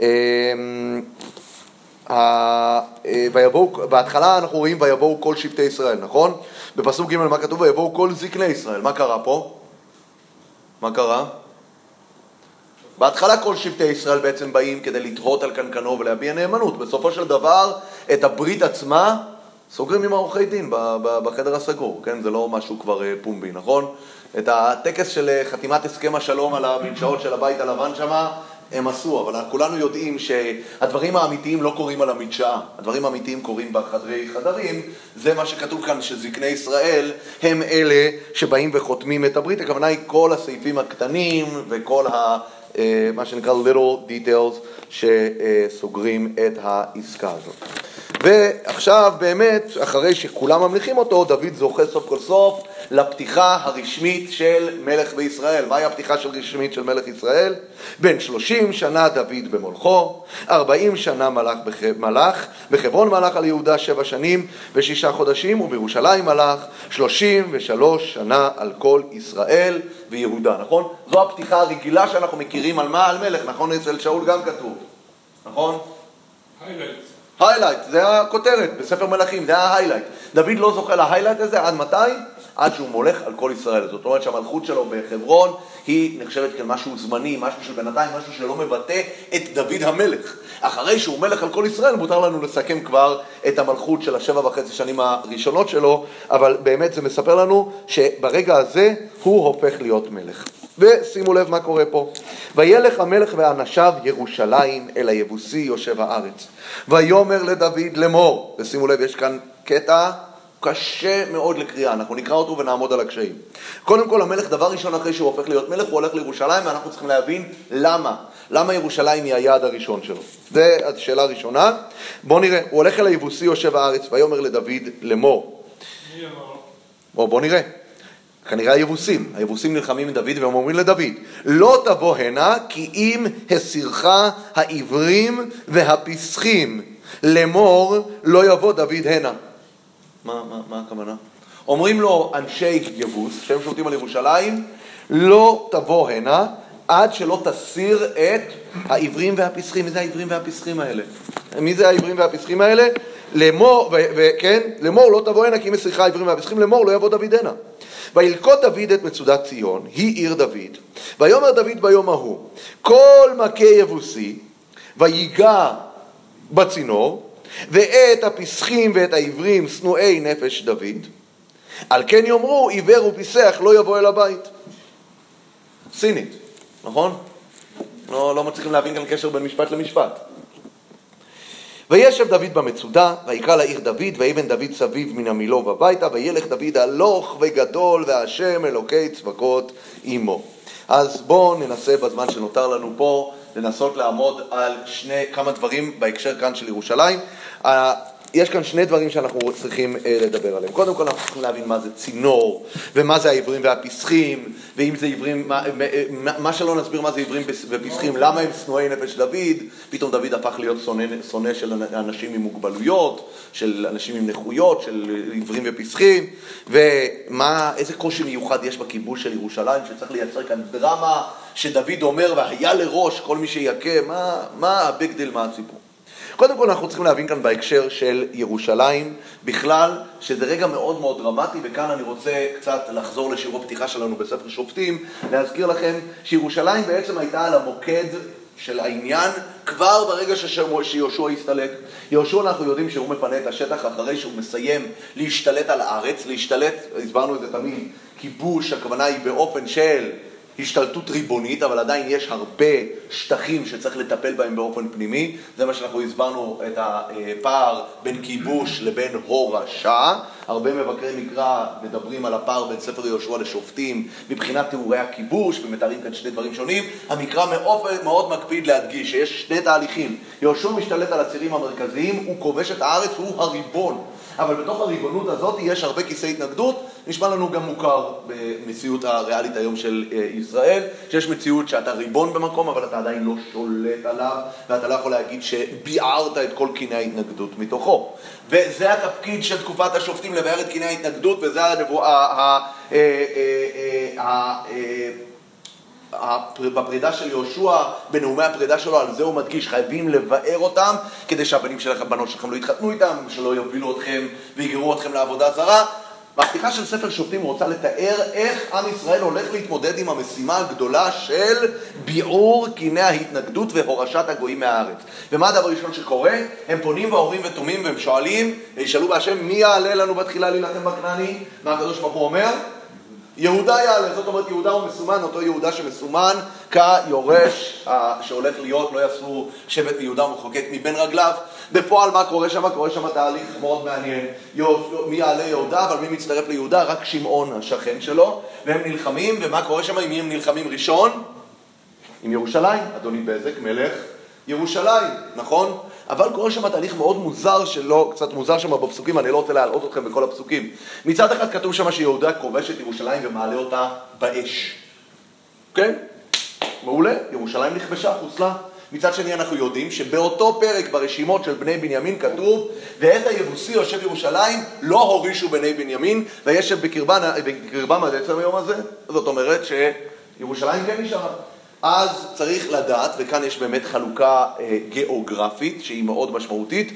בהתחלה אנחנו רואים ויבואו כל שבטי ישראל, נכון? בפסוק ג' מה כתוב? ויבואו כל זקני ישראל. מה קרה פה? מה קרה? בהתחלה כל שבטי ישראל בעצם באים כדי לתהות על קנקנו ולהביע נאמנות. בסופו של דבר, את הברית עצמה סוגרים עם העורכי דין בחדר הסגור, כן? זה לא משהו כבר פומבי, נכון? את הטקס של חתימת הסכם השלום על המדשאות של הבית הלבן שמה, הם עשו, אבל כולנו יודעים שהדברים האמיתיים לא קורים על המדשאה, הדברים האמיתיים קורים בחדרי חדרים. זה מה שכתוב כאן, שזקני ישראל הם אלה שבאים וחותמים את הברית. הכוונה היא כל הסעיפים הקטנים וכל מה שנקרא little details שסוגרים את העסקה הזאת. ועכשיו באמת, אחרי שכולם ממליכים אותו, דוד זוכה סוף כל סוף לפתיחה הרשמית של מלך בישראל. מהי הפתיחה של רשמית של מלך ישראל? בין 30 שנה דוד במולכו, 40 שנה מלך, בחברון מלך על יהודה 7 שנים ו6 חודשים, ובירושלים מלך 33 שנה על כל ישראל ויהודה, נכון? זו הפתיחה הרגילה שאנחנו מכירים על מה? על מלך, נכון? אצל שאול גם כתוב, נכון? היילייט, זה הכותרת בספר מלכים, זה ההיילייט. דוד לא זוכה להיילייט הזה, עד מתי? עד שהוא מולך על כל ישראל. זאת אומרת שהמלכות שלו בחברון היא נחשבת כמשהו זמני, משהו של בינתיים, משהו שלא מבטא את דוד המלך. אחרי שהוא מלך על כל ישראל, מותר לנו לסכם כבר את המלכות של 7.5 שנים הראשונות שלו, אבל באמת זה מספר לנו שברגע הזה הוא הופך להיות מלך. ושימו לב מה קורה פה. וילך המלך ואנשיו ירושלים אל היבוסי יושב הארץ. ויאמר לדוד לאמור. ושימו לב, יש כאן קטע קשה מאוד לקריאה, אנחנו נקרא אותו ונעמוד על הקשיים. קודם כל, המלך דבר ראשון אחרי שהוא הופך להיות מלך, הוא הולך לירושלים, ואנחנו צריכים להבין למה. למה ירושלים היא היעד הראשון שלו? זה השאלה הראשונה. בואו נראה, הוא הולך אל היבוסי יושב הארץ, ויאמר לדוד לאמור. מי אמר? בואו נראה. כנראה היבוסים נלחמים עם דוד והם אומרים לדוד, לא תבוא הנה כי אם הסירך העברים והפסחים, לאמור לא יבוא דוד הנה. מה הכוונה? אומרים לו אנשי יבוס שהם שולטים על ירושלים, לא תבוא הנה עד שלא תסיר את העברים והפסחים. מי זה העברים והפסחים האלה? מי זה העברים והפסחים האלה? לאמור, כן, לאמור לא תבוא הנה כי אם הסירך העברים והפסחים, לאמור לא יבוא דוד הנה. וילקוט דוד את מצודת ציון, היא עיר דוד, ויאמר דוד ביום ההוא, כל מכה יבוסי, ויגע בצינור, ואת הפסחים ואת העברים שנואי נפש דוד, על כן יאמרו, עיוור ופיסח לא יבוא אל הבית. סינית, נכון? לא מצליחים להבין כאן קשר בין משפט למשפט. וישב דוד במצודה, ויקרא לעיר דוד, ויבן דוד סביב מן המילוב הביתה, וילך דוד הלוך וגדול, והשם אלוקי צבקות עמו. אז בואו ננסה בזמן שנותר לנו פה, לנסות לעמוד על כמה דברים בהקשר כאן של ירושלים. יש כאן 2 דברים שאנחנו צריכים לדבר עליהם. קודם כל אנחנו צריכים להבין מה זה צינור, ומה זה העברים והפסחים, ואם זה עברים, מה שלא נסביר מה זה עברים ופסחים, למה הם שנואי נפש דוד, פתאום דוד הפך להיות שונא של אנשים עם מוגבלויות, של אנשים עם נכויות, של עברים ופסחים, ואיזה קושי מיוחד יש בכיבוש של ירושלים, שצריך לייצר כאן דרמה, שדוד אומר, והיה לראש כל מי שיקה, מה הביג דיל, מה הציבור? קודם כל אנחנו צריכים להבין כאן בהקשר של ירושלים בכלל, שזה רגע מאוד מאוד דרמטי, וכאן אני רוצה קצת לחזור לשיעור הפתיחה שלנו בספר שופטים, להזכיר לכם שירושלים בעצם הייתה על המוקד של העניין כבר ברגע שיהושע יסתלק. יהושע אנחנו יודעים שהוא מפנה את השטח אחרי שהוא מסיים להשתלט על הארץ, להשתלט, הסברנו את זה תמיד, כיבוש, הכוונה היא באופן של השתלטות ריבונית, אבל עדיין יש הרבה שטחים שצריך לטפל בהם באופן פנימי. זה מה שאנחנו הסברנו את הפער בין כיבוש לבין הורשה. הרבה מבקרי מקרא מדברים על הפער בין ספר יהושע לשופטים מבחינת תיאורי הכיבוש, ומתארים כאן שני דברים שונים. המקרא מאוד מקפיד להדגיש שיש שני תהליכים. יהושע משתלט על הצירים המרכזיים, הוא כובש את הארץ, הוא הריבון. אבל בתוך הריבונות הזאת יש הרבה כיסי התנגדות. נשמע לנו גם מוכר במציאות הריאלית היום של ישראל, שיש מציאות שאתה ריבון במקום, אבל אתה עדיין לא שולט עליו, ואתה לא יכול להגיד שביערת את כל קיני ההתנגדות מתוכו. וזה התפקיד של תקופת השופטים, לבאר את קיני ההתנגדות, וזה בפרידה של יהושע, בנאומי הפרידה שלו, על זה הוא מדגיש, חייבים לבאר אותם, כדי שהבנות שלכם לא יתחתנו איתם, שלא יובילו אתכם ויגרו אתכם לעבודה זרה. בפתיחה של ספר שופטים הוא רוצה לתאר איך עם ישראל הולך להתמודד עם המשימה הגדולה של ביעור קיני ההתנגדות והורשת הגויים מהארץ. ומה הדבר הראשון שקורה? הם פונים והורים ותומים והם שואלים, ישאלו בהשם, מי יעלה לנו בתחילה להילחם בכנעני? מה הקדוש ברוך הוא אומר? יהודה יעלה. זאת אומרת, יהודה הוא מסומן, אותו יהודה שמסומן כיורש שהולך להיות, לא יעשו שבט יהודה ומחוקק מבין רגליו. בפועל מה קורה שם? קורה שם תהליך מאוד מעניין. מי יעלה יהודה, אבל מי מצטרף ליהודה? רק שמעון השכן שלו, והם נלחמים. ומה קורה שם? עם מי הם נלחמים ראשון? עם ירושלים, אדוני בזק, מלך ירושלים, נכון? אבל קורה שם תהליך מאוד מוזר שלו, קצת מוזר שם בפסוקים, אני לא רוצה להעלות אתכם בכל הפסוקים. מצד אחד כתוב שם שיהודה כובש את ירושלים ומעלה אותה באש. כן? מעולה, ירושלים נכבשה, חוסלה. מצד שני אנחנו יודעים שבאותו פרק ברשימות של בני בנימין כתוב, ואת היבוסי יושב ירושלים לא הורישו בני בנימין, וישב בקרבם עד עצם היום הזה. זאת אומרת שירושלים כן נשארה. אז צריך לדעת, וכאן יש באמת חלוקה גיאוגרפית שהיא מאוד משמעותית,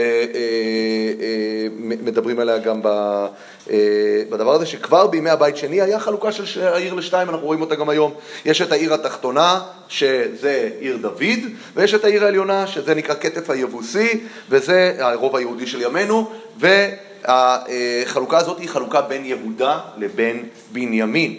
ומדברים עליה גם בדבר הזה, שכבר בימי הבית שני היה חלוקה של העיר לשתיים, אנחנו רואים אותה גם היום. יש את העיר התחתונה, שזה עיר דוד, ויש את העיר העליונה, שזה נקרא כתף היבוסי, וזה הרוב היהודי של ימינו, והחלוקה הזאת היא חלוקה בין יהודה לבין בנימין.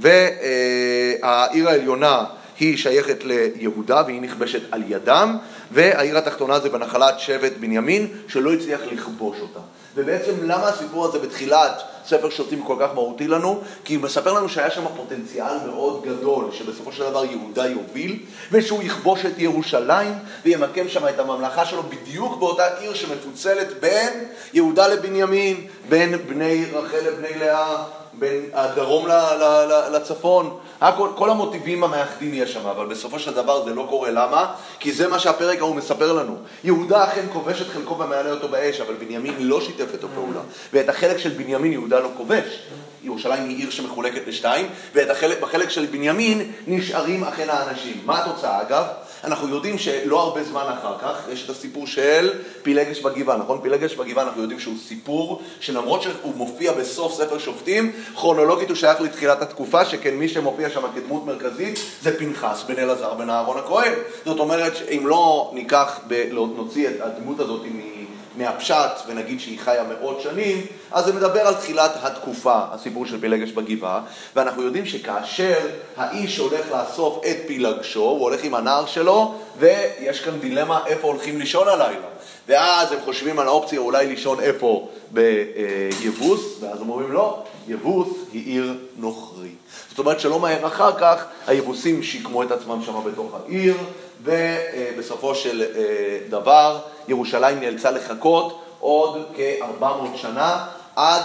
והעיר העליונה היא שייכת ליהודה והיא נכבשת על ידם, והעיר התחתונה זה בנחלת שבט בנימין שלא הצליח לכבוש אותה. ובעצם למה הסיפור הזה בתחילת ספר שופטים כל כך מהותי לנו? כי הוא מספר לנו שהיה שם פוטנציאל מאוד גדול, שבסופו של דבר יהודה יוביל, ושהוא יכבוש את ירושלים וימקם שם את הממלכה שלו בדיוק באותה עיר שמפוצלת בין יהודה לבנימין, בין בני רחל לבני לאה, בין הדרום לצפון. כל המוטיבים המאחדים יש שם, אבל בסופו של דבר זה לא קורה. למה? כי זה מה שהפרק ההוא מספר לנו. יהודה אכן כובש את חלקו ומעלה אותו באש, אבל בנימין לא שיתף אותו פעולה. ואת החלק של בנימין יהודה לא כובש. ירושלים היא עיר שמחולקת לשתיים, ובחלק של בנימין נשארים אכן האנשים. מה התוצאה אגב? אנחנו יודעים שלא הרבה זמן אחר כך יש את הסיפור של פילגש בגבעה, נכון? פילגש בגבעה אנחנו יודעים שהוא סיפור שלמרות שהוא מופיע בסוף ספר שופטים, כרונולוגית הוא שייך לתחילת התקופה, שכן מי שמופיע שם כדמות מרכזית זה פנחס בן אלעזר בן אהרון הכהן. זאת אומרת שאם לא נוציא את הדמות הזאת מהפשט ונגיד שהיא חיה מאות שנים, אז זה מדבר על תחילת התקופה, הסיפור של פילגש בגבעה, ואנחנו יודעים שכאשר האיש הולך לאסוף את פילגשו, הוא הולך עם הנער שלו, ויש כאן דילמה איפה הולכים לישון הלילה. ואז הם חושבים על האופציה אולי לישון איפה ביבוס, ואז הם אומרים לא, יבוס היא עיר נוכרי. זאת אומרת שלא מהר אחר כך היבוסים שיקמו את עצמם שם בתוך העיר, ובסופו של דבר ירושלים נאלצה לחכות עוד כ-400 שנה, עד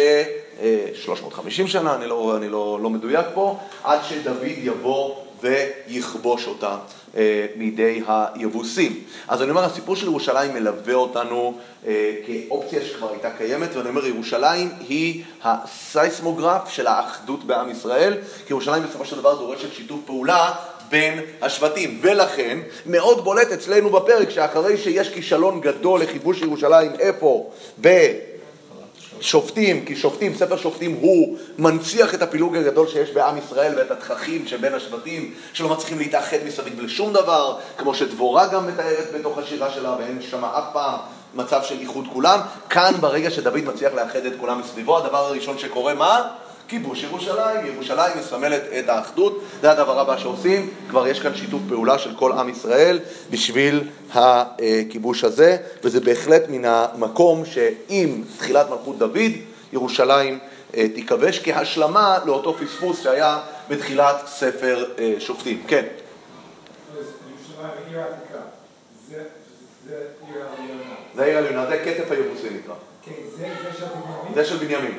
350 שנה, אני לא מדויק פה, עד שדוד יבוא ויכבוש אותה מידי היבוסים. אז אני אומר, הסיפור של ירושלים מלווה אותנו כאופציה שכבר הייתה קיימת, ואני אומר, ירושלים היא הסייסמוגרף של האחדות בעם ישראל, כי ירושלים בסופו של דבר דורשת שיתוף פעולה בין השבטים, ולכן מאוד בולט אצלנו בפרק שאחרי שיש כישלון גדול לכיבוש ירושלים, איפה? שופטים, כי שופטים, ספר שופטים הוא מנציח את הפילוג הגדול שיש בעם ישראל ואת התככים שבין השבטים שלא מצליחים להתאחד מסביב לשום דבר, כמו שדבורה גם מתארת בתוך השירה שלה ואין שמה אף פעם מצב של איחוד כולם. כאן ברגע שדוד מצליח לאחד את כולם מסביבו, הדבר הראשון שקורה מה? כיבוש ירושלים. ירושלים מסמלת את האחדות, זה הדבר הבא שעושים, כבר יש כאן שיתוף פעולה של כל עם ישראל בשביל הכיבוש הזה, וזה בהחלט מן המקום שעם תחילת מלכות דוד, ירושלים תיכבש כהשלמה לאותו פספוס שהיה בתחילת ספר שופטים. כן. ירושלים עיר העתיקה, זה עיר העליונה. זה עיר העליונה, זה כתף היבוסי נקרא. כן, זה של בנימין? זה של בנימין.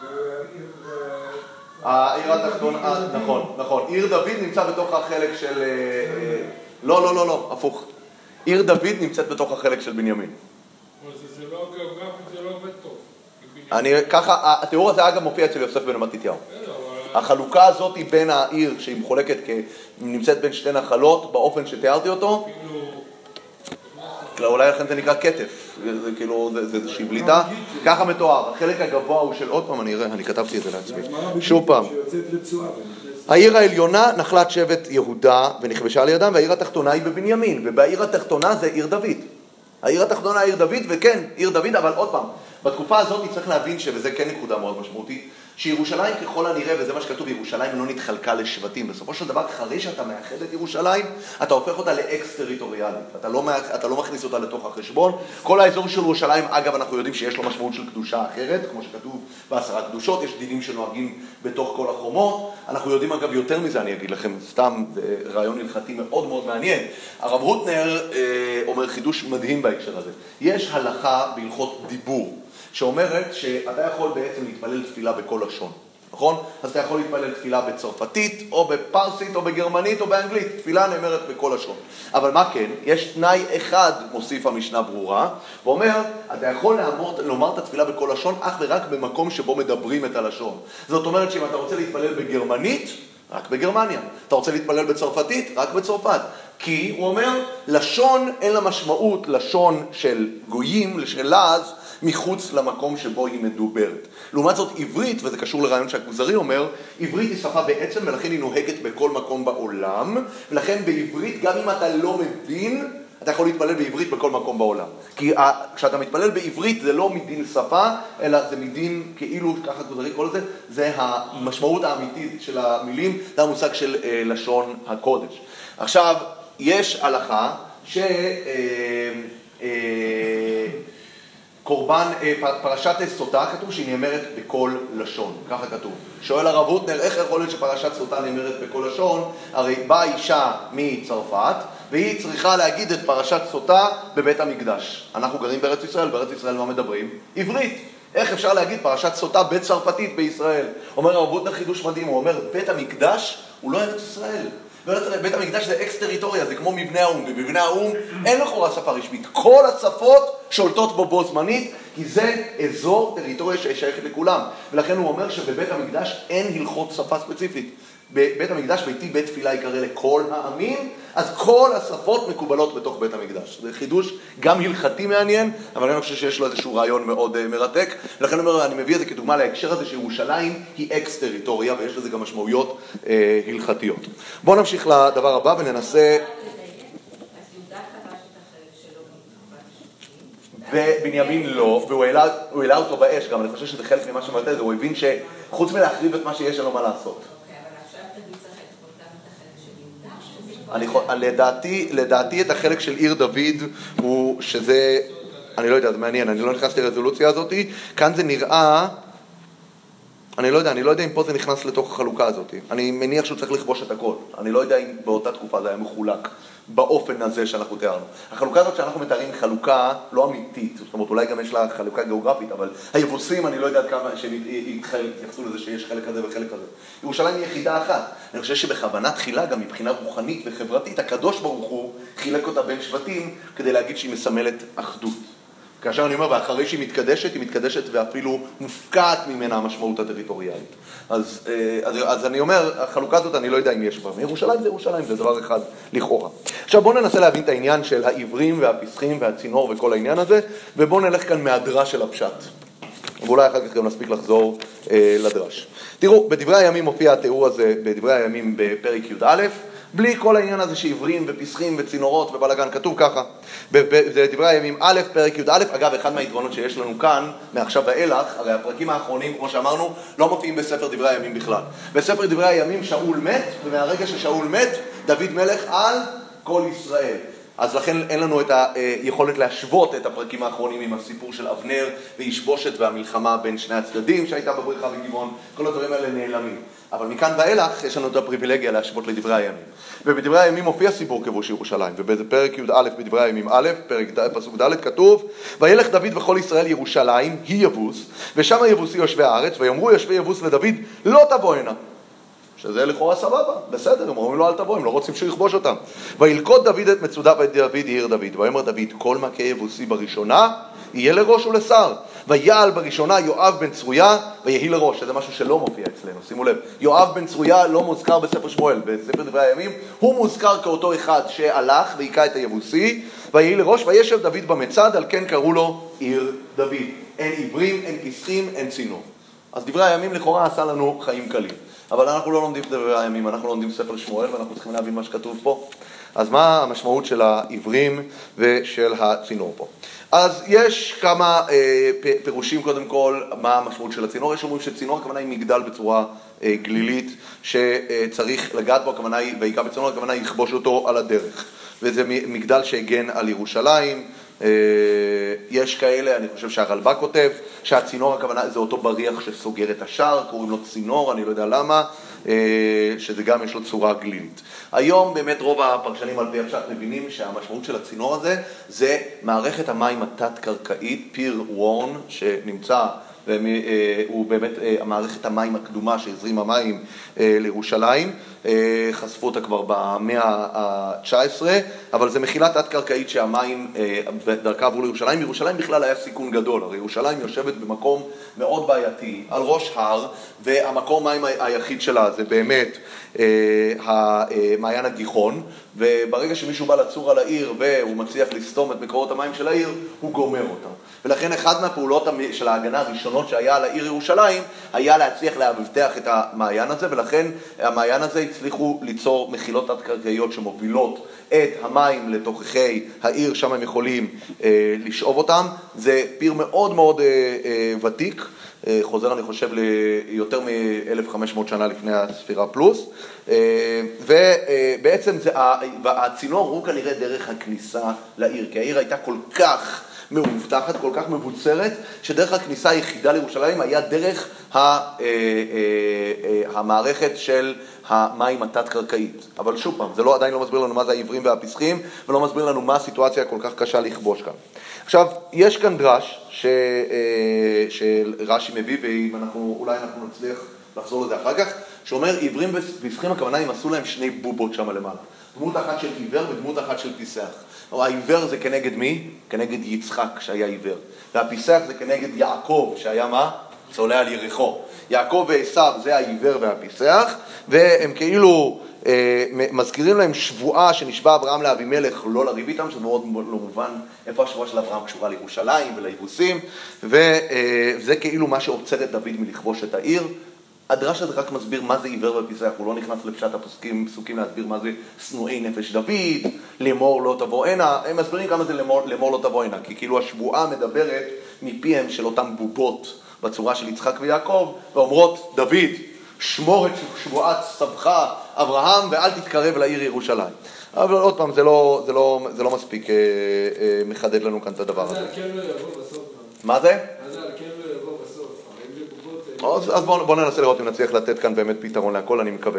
העיר התחתונה, נכון. עיר דוד נמצא בתוך החלק של... לא, הפוך. עיר דוד נמצאת בתוך החלק של בנימין. זה לא גיאוגרפית, זה לא עובד טוב. ככה, התיאור הזה אגב מופיע אצל יוסף בן מתתיהו. החלוקה הזאת היא בין העיר שהיא מחולקת, נמצאת בין שתי נחלות, באופן שתיארתי אותו. אולי לכן זה נקרא כתף, זה כאילו, זה איזושהי בליטה, ככה מתואר. החלק הגבוה הוא של, עוד פעם אני אראה, אני כתבתי את זה לעצמי, שוב פעם. העיר העליונה נחלת שבט יהודה ונכבשה על ידם, והעיר התחתונה היא בבנימין, ובעיר התחתונה זה עיר דוד. העיר התחתונה עיר דוד, וכן, עיר דוד, אבל עוד פעם, בתקופה הזאת צריך להבין וזה כן נקודה מאוד משמעותית, שירושלים ככל הנראה, וזה מה שכתוב, ירושלים לא נתחלקה לשבטים. בסופו של דבר, אחרי שאתה מאחד את ירושלים, אתה הופך אותה לאקס-טריטוריאלית. אתה לא מכניס אותה לתוך החשבון. כל האזור של ירושלים, אגב, אנחנו יודעים שיש לו משמעות של קדושה אחרת, כמו שכתוב בעשרה קדושות, יש דינים שנוהגים בתוך כל החומות. אנחנו יודעים, אגב, יותר מזה, אני אגיד לכם, סתם רעיון הלכתי מאוד מאוד מעניין. הרב רוטנר אומר חידוש מדהים בהקשר הזה. יש הלכה בהלכות דיבור, שאומרת שאתה יכול בעצם להתפלל תפילה בכל לשון, נכון? אז אתה יכול להתפלל תפילה בצרפתית, או בפרסית, או בגרמנית, או באנגלית. תפילה נאמרת בכל לשון. אבל מה כן? יש תנאי אחד, מוסיף המשנה ברורה, ואומר, אתה יכול לומר את התפילה בכל לשון, אך ורק במקום שבו מדברים את הלשון. זאת אומרת שאם אתה רוצה להתפלל בגרמנית, רק בגרמניה. אתה רוצה להתפלל בצרפתית, רק בצרפת. כי, הוא אומר, לשון אין לה משמעות, לשון של גויים, של לעז, מחוץ למקום שבו היא מדוברת. לעומת זאת עברית, וזה קשור לרעיון שהכוזרי אומר, עברית היא שפה בעצם ולכן היא נוהגת בכל מקום בעולם, ולכן בעברית גם אם אתה לא מבין, אתה יכול להתפלל בעברית בכל מקום בעולם. כי כשאתה מתפלל בעברית זה לא מדין שפה, אלא זה מדין כאילו, ככה הכוזרי קורא לזה, זה המשמעות האמיתית של המילים, זה המושג של לשון הקודש. עכשיו, יש הלכה קורבן, פרשת סוטה, כתוב שהיא נאמרת בכל לשון, ככה כתוב. שואל הרב רוטנר, איך יכול להיות שפרשת סוטה נאמרת בכל לשון? הרי באה אישה מצרפת, והיא צריכה להגיד את פרשת סוטה בבית המקדש. אנחנו גרים בארץ ישראל, בארץ ישראל מה מדברים? עברית. איך אפשר להגיד פרשת סוטה בצרפתית בישראל? אומר הרב רוטנר חידוש מדהים, הוא אומר, בית המקדש הוא לא ארץ ישראל. בית המקדש זה אקס-טריטוריה, זה כמו מבנה האום, ובבנה האום אין לכאורה שפה רשמית. כל השפות שולטות בו בו זמנית, כי זה אזור טריטוריה ששייכת לכולם. ולכן הוא אומר שבבית המקדש אין הלכות שפה ספציפית. בבית המקדש ביתי בית תפילה יקרא לכל העמים, אז כל השפות מקובלות בתוך בית המקדש. זה חידוש גם הלכתי מעניין, אבל אני חושב שיש לו איזשהו רעיון מאוד מרתק. ולכן אני מביא את זה כדוגמה להקשר הזה שירושלים היא אקס-טריטוריה, ויש לזה גם משמעויות הלכתיות. בואו נמשיך לדבר הבא וננסה... ובנימין לא, והוא העלה אותו באש גם, אני חושב שזה חלק ממה שמלטה את זה, הוא הבין שחוץ מלהחריב את מה שיש לנו מה לעשות. לדעתי את החלק של עיר דוד הוא שזה, אני לא יודע, זה מעניין, אני לא נכנסתי לרזולוציה הזאת, כאן זה נראה, אני לא יודע אם פה זה נכנס לתוך החלוקה הזאת, אני מניח שהוא צריך לכבוש את הכל, אני לא יודע אם באותה תקופה זה היה מחולק באופן הזה שאנחנו תיארנו. החלוקה הזאת שאנחנו מתארים היא חלוקה לא אמיתית, זאת אומרת אולי גם יש לה חלוקה גיאוגרפית, אבל היבוסים אני לא יודע כמה שיתייחסו לזה שיש חלק כזה וחלק כזה. ירושלים היא יחידה אחת. אני חושב שבכוונה תחילה גם מבחינה רוחנית וחברתית, הקדוש ברוך הוא חילק אותה בין שבטים כדי להגיד שהיא מסמלת אחדות. כאשר אני אומר, ואחרי שהיא מתקדשת, היא מתקדשת ואפילו מופקעת ממנה המשמעות הטריטוריאלית. אז אני אומר, החלוקה הזאת אני לא יודע אם יש בה. ירושלים זה ירושלים, זה דבר אחד לכאורה. עכשיו בואו ננסה להבין את העניין של העברים והפסחים והצינור וכל העניין הזה, ובואו נלך כאן מהדרה של הפשט. ואולי אחר כך גם נספיק לחזור לדרש. תראו, בדברי הימים מופיע התיאור הזה, בדברי הימים בפרק י"א, בלי כל העניין הזה שעיוורים ופסחים וצינורות ובלגן, כתוב ככה. בדברי הימים א', פרק י"א, אגב, אחד מהיתרונות שיש לנו כאן, מעכשיו ואילך, הרי הפרקים האחרונים, כמו שאמרנו, לא מופיעים בספר דברי הימים בכלל. בספר דברי הימים שאול מת, ומהרגע ששאול מת, דוד מלך על כל ישראל. אז לכן אין לנו את היכולת להשוות את הפרקים האחרונים עם הסיפור של אבנר וישבושת והמלחמה בין שני הצדדים שהייתה בבריחה בגבעון, כל הדברים האלה נעלמים. אבל מכאן ואילך יש לנו את הפריבילגיה להשוות לדברי הימים. ובדברי הימים מופיע סיפור כיבוש ירושלים, ובפרק י"א בדברי הימים א', פסוק ד' כתוב, וילך דוד וכל ישראל ירושלים, היא יבוס, ושם היבוסי יושבי הארץ, ויאמרו יושבי יבוס לדוד, לא תבוא הנה. שזה לכאורה סבבה, בסדר, הם אומרים לו אל תבוא, הם לא רוצים שהוא יכבוש אותם. וילכוד דוד את מצודה דוד עיר דוד, ויאמר דוד, כל מכה יבוסי בראשונה יהיה לראש ולשר. ויעל בראשונה יואב בן צרויה ויהי לראש, שזה משהו שלא מופיע אצלנו, שימו לב. יואב בן צרויה לא מוזכר בספר שמואל, בספר דברי הימים, הוא מוזכר כאותו אחד שהלך והיכה את היבוסי, ויהי לראש, וישב דוד במצד, על כן קראו לו עיר דוד. אין עיוורים, אין פסחים, אין צינור. אז דברי הימים לכאורה עשה לנו חיים קלים. אבל אנחנו לא לומדים דברי הימים, אנחנו לומדים ספר שמואל ואנחנו צריכים להבין מה שכתוב פה. אז מה המשמעות של העיוורים ושל הצינור פה? אז יש כמה פירושים קודם כל, מה המשמעות של הצינור. יש אומרים שצינור הכוונה היא מגדל בצורה גלילית, שצריך לגעת בו, הכוונה היא, והיגע בצינור הכוונה היא לכבוש אותו על הדרך. וזה מגדל שהגן על ירושלים. יש כאלה, אני חושב שהרלב"ג כותב, שהצינור הכוונה זה אותו בריח שסוגר את השער, קוראים לו צינור, אני לא יודע למה, שזה גם יש לו צורה גלילית. היום באמת רוב הפרשנים על פי הפשט מבינים שהמשמעות של הצינור הזה זה מערכת המים התת-קרקעית, פיר וורן, שנמצא, הוא באמת המערכת המים הקדומה שהזרים המים לירושלים, חשפו אותה כבר במאה ה-19, אבל זה מחילה תת-קרקעית שהמים דרכה עברו לירושלים. ירושלים בכלל היה סיכון גדול, הרי ירושלים יושבת במקום מאוד בעייתי, על ראש הר, והמקום מים היחיד שלה זה באמת המעיין הגיחון, וברגע שמישהו בא לצור על העיר והוא מצליח לסתום את מקורות המים של העיר, הוא גומר אותם. ולכן אחד מהפעולות של ההגנה הראשונות שהיה על העיר ירושלים, היה להצליח להבטח את המעיין הזה, ולכן המעיין הזה הצליחו ליצור מחילות תת-קרקעיות שמובילות את המים לתוככי העיר, שם הם יכולים לשאוב אותם. זה פיר מאוד מאוד ותיק, חוזר אני חושב ליותר מ-1500 שנה לפני הספירה פלוס, ובעצם הצינור הוא כנראה דרך הכניסה לעיר, כי העיר הייתה כל כך מאובטחת, כל כך מבוצרת, שדרך הכניסה היחידה לירושלים היה דרך המערכת של המים התת-קרקעית. אבל שוב פעם, זה עדיין לא מסביר לנו מה זה העיוורים והפסחים, ולא מסביר לנו מה הסיטואציה כל כך קשה לכבוש כאן. עכשיו, יש כאן דרש שרש"י מביא, ואולי אנחנו נצליח לחזור לזה אחר כך, שאומר, עיוורים ופסחים הכוונה הם עשו להם שני בובות שם למעלה. דמות אחת של עיוור ודמות אחת של פיסח. העיוור זה כנגד מי? כנגד יצחק שהיה עיוור. והפיסח זה כנגד יעקב שהיה מה? צולע על יריחו. יעקב ועשיו זה העיוור והפיסח, והם כאילו מזכירים להם שבועה שנשבע אברהם לאבימלך לא לריב איתם, שזה מאוד לא מובן איפה השבועה של אברהם קשורה לירושלים וליבוסים, וזה כאילו מה שעוצר את דוד מלכבוש את העיר. הדרש הזה רק מסביר מה זה עיוור ופיסח, הוא לא נכנס לפשט הפסוקים להסביר מה זה שנואי נפש דוד, לאמור לא תבוא הנה, הם מסבירים כמה זה לאמור לא תבוא הנה, כי כאילו השבועה מדברת מפיהם של אותם בובות בצורה של יצחק ויעקב, ואומרות דוד, שמור את שבועת סבך אברהם ואל תתקרב לעיר ירושלים. אבל עוד פעם, זה לא מספיק מחדד לנו כאן את הדבר הזה. מה זה על כן לא יבוא בסוף? מה זה? מה זה על כן לא יבוא בסוף? אז בואו ננסה לראות אם נצליח לתת כאן באמת פתרון להכל, אני מקווה.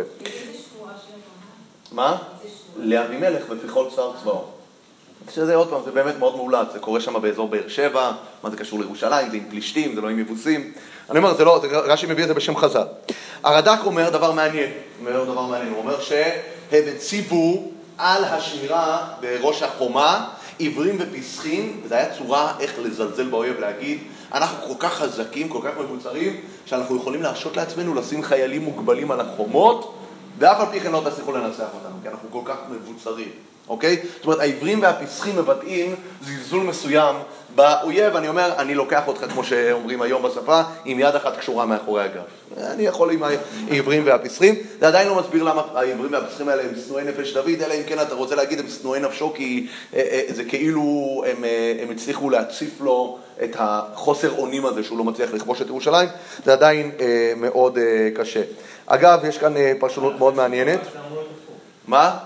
מה? לאבימלך ופיכל שר צבאו. שזה עוד פעם, זה באמת מאוד מעולת, זה קורה שם באזור באר שבע, מה זה קשור לירושלים, זה עם פלישתים, זה לא עם יבוסים. אני אומר, רש"י מביא את זה בשם חז"ל. הרד"ק אומר דבר מעניין, הוא אומר שהם הציבו על השמירה בראש החומה, עיוורים ופסחים, וזו הייתה צורה איך לזלזל באויב, להגיד, אנחנו כל כך חזקים, כל כך מבוצרים, שאנחנו יכולים להרשות לעצמנו לשים חיילים מוגבלים על החומות, ואף על פי כן לא תצליחו לנצח אותנו, כי אנחנו כל כך מבוצרים, אוקיי? זאת אומרת, העיוורים והפסחים מבטאים זלזול מסוים באויב אני אומר, אני לוקח אותך, כמו שאומרים היום בשפה, עם יד אחת קשורה מאחורי הגב. אני יכול עם העברים והפסחים. זה עדיין לא מסביר למה העברים והפסחים האלה הם שנואי נפש דוד, אלא אם כן אתה רוצה להגיד הם שנואי נפשו, כי זה כאילו הם הצליחו להציף לו את החוסר אונים הזה שהוא לא מצליח לכבוש את ירושלים. זה עדיין מאוד קשה. אגב, יש כאן פרשנות מאוד מעניינת. מה?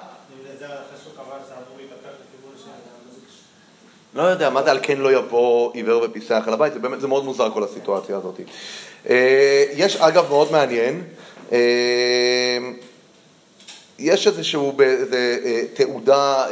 לא יודע, מה זה על כן לא יבוא עיוור ופיסח על הבית? זה באמת, זה מאוד מוזר כל הסיטואציה הזאת. יש אגב מאוד מעניין, יש איזשהו תעודה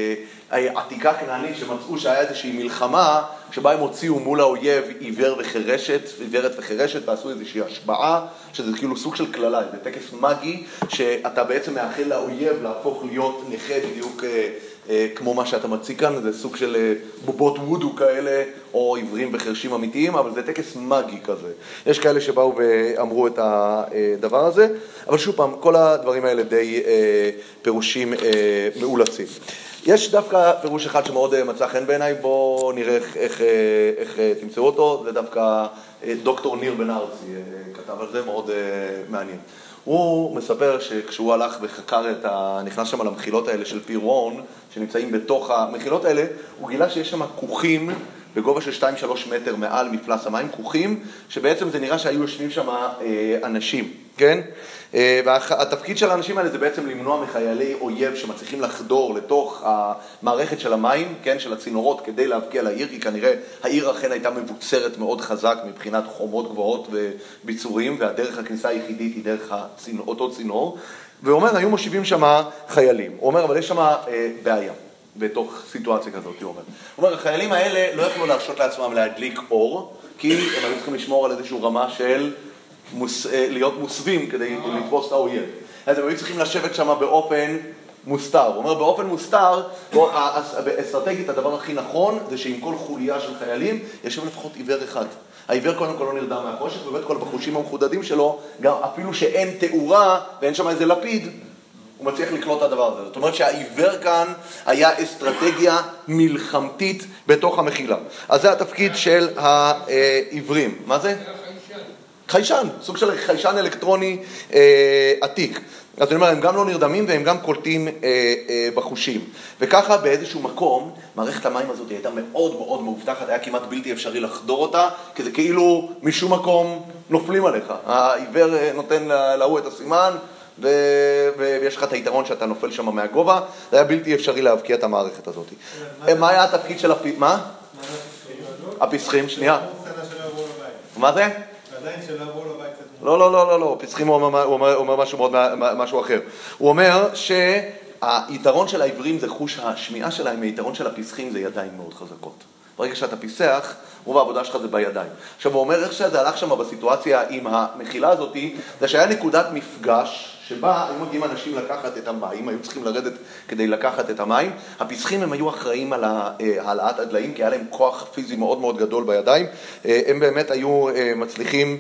עתיקה כנענית שמצאו שהיה איזושהי מלחמה שבה הם הוציאו מול האויב עיוור עיוורת וחירשת ועשו איזושהי השבעה, שזה כאילו סוג של כללה, זה טקס מגי שאתה בעצם מאחל לאויב להפוך להיות נכה בדיוק כמו מה שאתה מציג כאן, זה סוג של בובות וודו כאלה, או עיוורים וחרשים אמיתיים, אבל זה טקס מגי כזה. יש כאלה שבאו ואמרו את הדבר הזה, אבל שוב פעם, כל הדברים האלה די פירושים מאולצים. יש דווקא פירוש אחד שמאוד מצא חן בעיניי, בואו נראה איך תמצאו אותו, זה דווקא דוקטור ניר בן ארצי כתב על זה, מאוד מעניין. הוא מספר שכשהוא הלך וחקר נכנס שם על המחילות האלה של פירון, שנמצאים בתוך המחילות האלה, הוא גילה שיש שם כוכים בגובה של 2-3 מטר מעל מפלס המים, כוכים שבעצם זה נראה שהיו יושבים שם אנשים, כן? והתפקיד של האנשים האלה זה בעצם למנוע מחיילי אויב שמצליחים לחדור לתוך המערכת של המים, כן? של הצינורות כדי להבקיע לעיר, כי כנראה העיר אכן הייתה מבוצרת מאוד חזק מבחינת חומות גבוהות וביצורים, והדרך הכניסה היחידית היא דרך אותו צינור. והוא אומר, היו מושיבים שם חיילים. הוא אומר, אבל יש שם בעיה. בתוך סיטואציה כזאת, הוא אומר, החיילים האלה לא יכלו להרשות לעצמם להדליק אור, כי הם היו צריכים לשמור על איזשהו רמה של להיות מוסווים כדי לתפוס את האויב. אז הם היו צריכים לשבת שם באופן מוסתר. הוא אומר, באופן מוסתר, אסטרטגית הדבר הכי נכון זה שעם כל חוליה של חיילים ישב לפחות עיוור אחד. העיוור קודם כל לא נרדם מהחושך, ובאמת כל בחושים המחודדים שלו, גם אפילו שאין תאורה ואין שם איזה לפיד, הוא מצליח לקלוט את הדבר הזה. זאת אומרת שהעיוור כאן היה אסטרטגיה מלחמתית בתוך המחילה. אז זה התפקיד של העיוורים. מה זה? חיישן, סוג של חיישן אלקטרוני עתיק. אז אני אומר, הם גם לא נרדמים והם גם קולטים בחושים. וככה באיזשהו מקום, מערכת המים הזאת הייתה מאוד מאוד מאובטחת, היה כמעט בלתי אפשרי לחדור אותה, כי זה כאילו משום מקום נופלים עליך. העיוור נותן להוא את הסימן, ויש לך את היתרון שאתה נופל שם מהגובה, זה היה בלתי אפשרי להבקיע את המערכת הזאת. מה היה התפקיד של מה? הפסחים, שנייה. מה זה? עדיין שלא עברו לבית. לא, פסחים הוא אומר משהו אחר. הוא אומר שהיתרון של העברים זה חוש השמיעה שלהם, היתרון של הפסחים זה ידיים מאוד חזקות. ברגע שאתה פיסח, רוב העבודה שלך זה בידיים. עכשיו הוא אומר איך שזה הלך שם בסיטואציה עם המחילה הזאת, זה שהיה נקודת מפגש שבה היו מגיעים אנשים לקחת את המים, היו צריכים לרדת כדי לקחת את המים. הפסחים הם היו אחראים על העלאת הדליים, כי היה להם כוח פיזי מאוד מאוד גדול בידיים. הם באמת היו מצליחים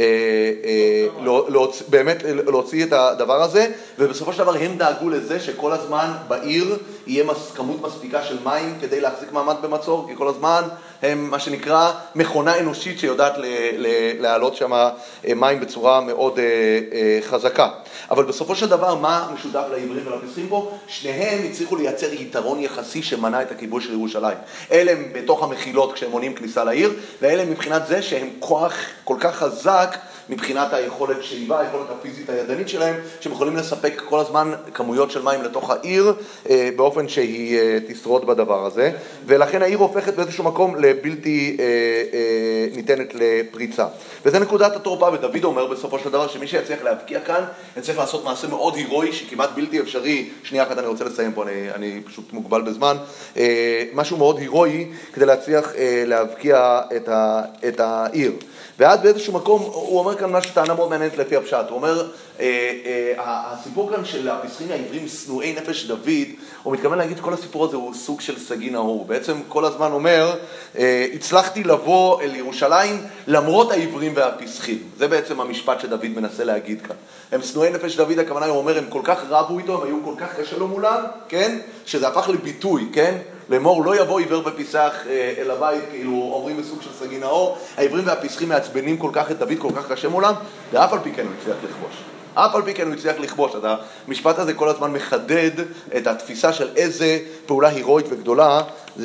באמת להוציא את הדבר הזה, ובסופו של דבר הם דאגו לזה שכל הזמן בעיר יהיה כמות מספיקה של מים כדי להחזיק מעמד במצור, כי כל הזמן הם מה שנקרא מכונה אנושית שיודעת להעלות שם מים בצורה מאוד חזקה. אבל בסופו של דבר, מה משותף לעברים ולפסחים פה? שניהם הצליחו לייצר יתרון יחסי שמנע את הכיבוש של ירושלים. אלה הם בתוך המחילות כשהם מונעים כניסה לעיר, ואלה מבחינת זה שהם כוח כל כך חזק מבחינת היכולת שאיבה, היכולת הפיזית הידנית שלהם, שהם יכולים לספק כל הזמן כמויות של מים לתוך העיר, באופן שהיא תשרוד בדבר הזה. ולכן העיר הופכת באיזשהו מקום לבלתי ניתנת לפריצה. וזה נקודת התורפה, ודוד אומר בסופו של דבר שמי שיצליח להבקיע כאן, יצליח לעשות מעשה מאוד הירואי, שכמעט בלתי אפשרי. שנייה אחת אני רוצה לסיים פה, אני פשוט מוגבל בזמן. משהו מאוד הירואי כדי להצליח להבקיע את העיר. ואז באיזשהו מקום, הוא אומר כאן משהו טענה מאוד מעניינת לפי הפשט. הוא אומר, הסיפור כאן של הפסחים העברים שנואי נפש דוד, הוא מתכוון להגיד כל הסיפור הזה הוא סוג של סגי נאור. בעצם כל הזמן אומר, הצלחתי לבוא אל ירושלים למרות העברים והפסחים. זה בעצם המשפט שדוד מנסה להגיד כאן. הם שנואי נפש דוד, הכוונה הוא אומר, הם כל כך רבו איתו, הם היו כל כך קשה לו מולם, כן? שזה הפך לביטוי, כן? לאמור לא יבוא עיוור ופיסח אל הבית, כאילו אומרים בסוג של סגי נאור, העברים והפיסחים מעצבנים כל כך את דוד, כל כך קשה מולם, ואף על פי כן הוא הצליח לכבוש. אף על פי כן הוא הצליח לכבוש. אז המשפט הזה כל הזמן מחדד את התפיסה של איזה פעולה הירואית וגדולה,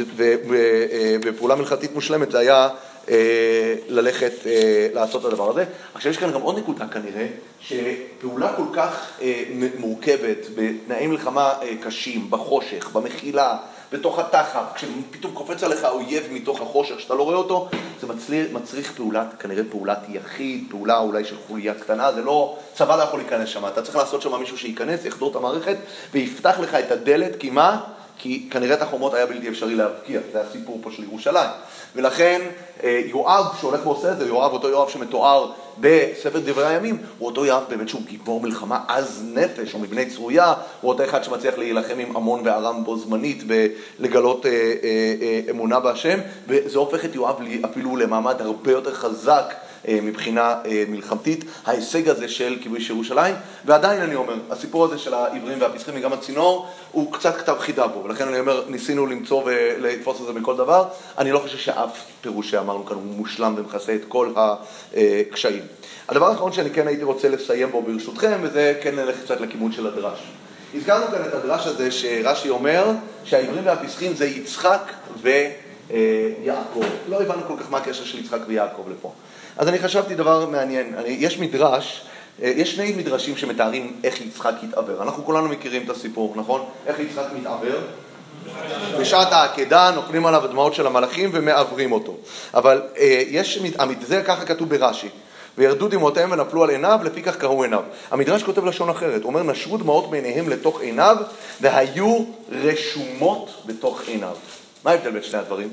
ופעולה מלחמתית מושלמת זה היה ללכת לעשות את הדבר הזה. עכשיו יש כאן גם עוד נקודה כנראה, שפעולה כל כך מורכבת, בתנאי מלחמה קשים, בחושך, במחילה, בתוך התחת, כשפתאום קופץ עליך אויב מתוך החושך, שאתה לא רואה אותו, זה מצריך פעולת, כנראה פעולת יחיד, פעולה אולי של חוליה קטנה, זה לא, צבא לא יכול להיכנס שם, אתה צריך לעשות שם מישהו שייכנס, יחדור את המערכת, ויפתח לך את הדלת, כי מה? כי כנראה את החומות היה בלתי אפשרי להבקיע, זה הסיפור פה של ירושלים. ולכן יואב שהולך ועושה את זה, יואב, אותו יואב שמתואר בספר דברי הימים, הוא אותו יואב באמת שהוא גיבור מלחמה עז נפש, או מבני צרויה, הוא אותו אחד שמצליח להילחם עם עמון וארם בו זמנית, ולגלות אמונה בהשם, וזה הופך את יואב אפילו למעמד הרבה יותר חזק, מבחינה מלחמתית, ההישג הזה של כיבוש ירושלים, ועדיין אני אומר, הסיפור הזה של העברים והפיסחים וגם הצינור, הוא קצת כתב חידה בו, ולכן אני אומר, ניסינו למצוא ולתפוס את זה מכל דבר, אני לא חושב שאף פירוש שאמרנו כאן הוא מושלם ומכסה את כל הקשיים. הדבר האחרון שאני כן הייתי רוצה לסיים בו ברשותכם, וזה כן נלך קצת לכיוון של הדרש. הזכרנו כאן את הדרש הזה שרש"י אומר שהעברים והפיסחים זה יצחק ויעקב. לא הבנו כל כך מה הקשר של יצחק ויעקב לפה. אז אני חשבתי דבר מעניין, יש מדרש, יש שני מדרשים שמתארים איך יצחק התעבר. אנחנו כולנו מכירים את הסיפור, נכון? איך יצחק מתעבר? בשעת העקדה נוקנים עליו הדמעות של המלאכים ומעברים אותו. אבל זה ככה כתוב ברש"י. וירדו דמעותיהם ונפלו על עיניו, לפי כך קראו עיניו. המדרש כותב לשון אחרת, הוא אומר נשרו דמעות מעיניהם לתוך עיניו, והיו רשומות בתוך עיניו. מה ההבדל בין שני הדברים?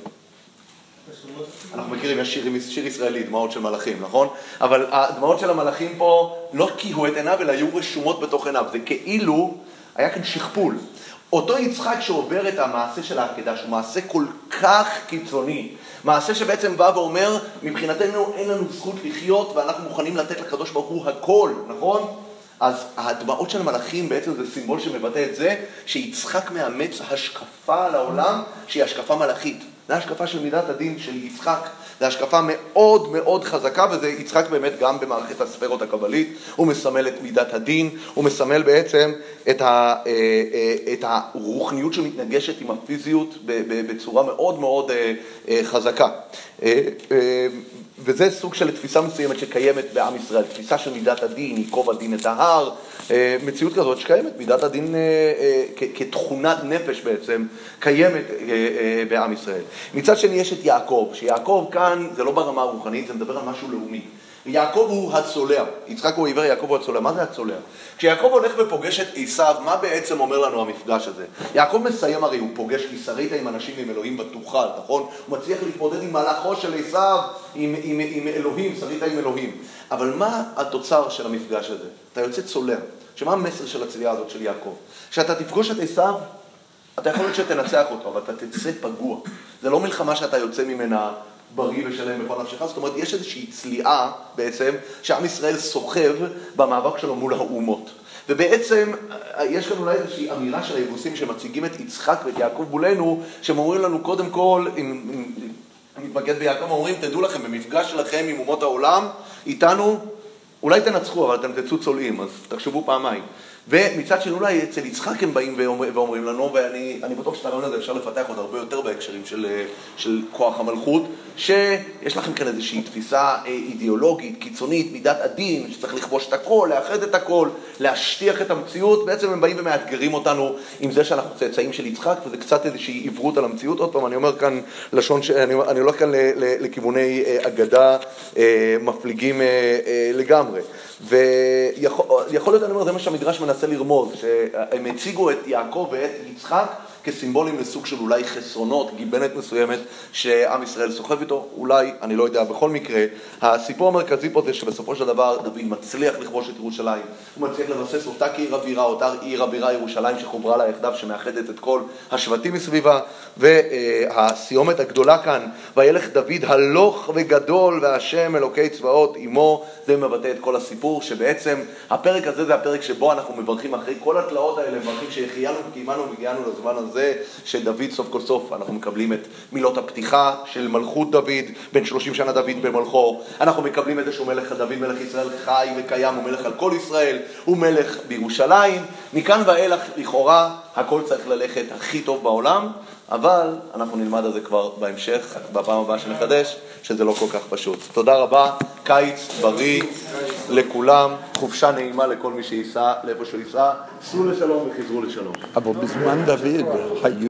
אנחנו מכירים, יש שיר ישראלי, דמעות של מלאכים, נכון? אבל הדמעות של המלאכים פה לא קיהו את עיניו, אלא היו רשומות בתוך עיניו. זה כאילו, היה כאן שכפול. אותו יצחק שעובר את המעשה של העקדה, שהוא מעשה כל כך קיצוני, מעשה שבעצם בא ואומר, מבחינתנו אין לנו זכות לחיות, ואנחנו מוכנים לתת לקדוש ברוך הוא הכל, נכון? אז הדמעות של המלאכים בעצם זה סימבול שמבטא את זה, שיצחק מאמץ השקפה על העולם, שהיא השקפה מלאכית. זה השקפה של מידת הדין של יצחק, זה השקפה מאוד מאוד חזקה, וזה יצחק באמת גם במערכת הספרות הקבלית, הוא מסמל את מידת הדין, הוא מסמל בעצם את הרוחניות שמתנגשת עם הפיזיות בצורה מאוד מאוד חזקה. וזה סוג של תפיסה מסוימת שקיימת בעם ישראל, תפיסה של מידת הדין, ייקוב הדין את ההר, מציאות כזאת שקיימת, מידת הדין כתכונת נפש בעצם, קיימת בעם ישראל. מצד שני יש את יעקב, שיעקב כאן זה לא ברמה הרוחנית, זה מדבר על משהו לאומי. יעקב הוא הצולע, יצחק הוא עיוור, יעקב הוא הצולע. מה זה הצולע? כשיעקב הולך ופוגש את עשיו, מה בעצם אומר לנו המפגש הזה? יעקב מסיים הרי, הוא פוגש כי שרית עם אנשים עם אלוהים ותוכל, נכון? הוא מצליח להתמודד עם מלאכו של עשיו, עם אלוהים, שרית עם אלוהים. אבל מה התוצר של המפגש הזה? אתה יוצא צולע. שמה המסר של הצליעה הזאת של יעקב? שאתה תפגוש את עשיו, אתה יכול להיות שתנצח אותו, אבל אתה תצא פגוע. זה לא מלחמה שאתה יוצא ממנה בריא ושלם בכל נפשך, זאת אומרת, יש איזושהי צליעה בעצם, שעם ישראל סוחב במאבק שלו מול האומות. ובעצם, יש כאן אולי איזושהי אמירה של היבוסים שמציגים את יצחק ואת יעקב מולנו, שהם אומרים לנו קודם כל, אם מתמקד ביעקב, אומרים, תדעו לכם, במפגש שלכם עם אומות העולם, איתנו, אולי תנצחו, אבל אתם תצאו צולעים, אז תחשבו פעמיים. ומצד שני אולי אצל יצחק הם באים ואומרים לנו, ואני בטוח שאת הרעיון הזה אפשר לפתח עוד הרבה יותר בהקשרים של כוח המלכות, שיש לכם כאן איזושהי תפיסה אידיאולוגית, קיצונית, מידת הדין, שצריך לכבוש את הכל, לאחד את הכל, להשטיח את המציאות, בעצם הם באים ומאתגרים אותנו עם זה שאנחנו צאצאים של יצחק, וזה קצת איזושהי עברות על המציאות. עוד פעם, אני אומר כאן לשון, אני הולך כאן לכיווני אגדה מפליגים לגמרי. ויכול להיות, אני אומר, זה מה שהמדרש מנסה לרמוז, שהם הציגו את יעקב ואת יצחק כסימבולים לסוג של אולי חסרונות, גיבנת מסוימת שעם ישראל סוחב איתו, אולי, אני לא יודע, בכל מקרה, הסיפור המרכזי פה זה שבסופו של דבר דוד מצליח לכבוש את ירושלים, הוא מצליח לבסס אותה כעיר הבירה, אותה עיר הבירה ירושלים שחוברה לה יחדיו, שמאחדת את כל השבטים מסביבה, והסיומת הגדולה כאן, וילך דוד הלוך וגדול והשם אלוקי צבאות עמו, זה מבטא את כל הסיפור, שבעצם הפרק הזה זה הפרק שבו אנחנו מברכים אחרי כל התלאות האלה, מברכים שהחיינו וקיימנו והגיענו לזמן הזה, הזה שדוד סוף כל סוף, אנחנו מקבלים את מילות הפתיחה של מלכות דוד, בין 30 שנה דוד במלכו, אנחנו מקבלים את זה שהוא מלך דוד, מלך ישראל חי וקיים, הוא מלך על כל ישראל, הוא מלך בירושלים, מכאן ואילך לכאורה הכל צריך ללכת הכי טוב בעולם, אבל אנחנו נלמד על זה כבר בהמשך, בפעם הבאה שנחדש, שזה לא כל כך פשוט. תודה רבה, קיץ בריא לכולם, חופשה נעימה לכל מי שייסע, לאיפה שהוא ייסע, סעו לשלום וחזרו לשלום. אבל בזמן דוד היו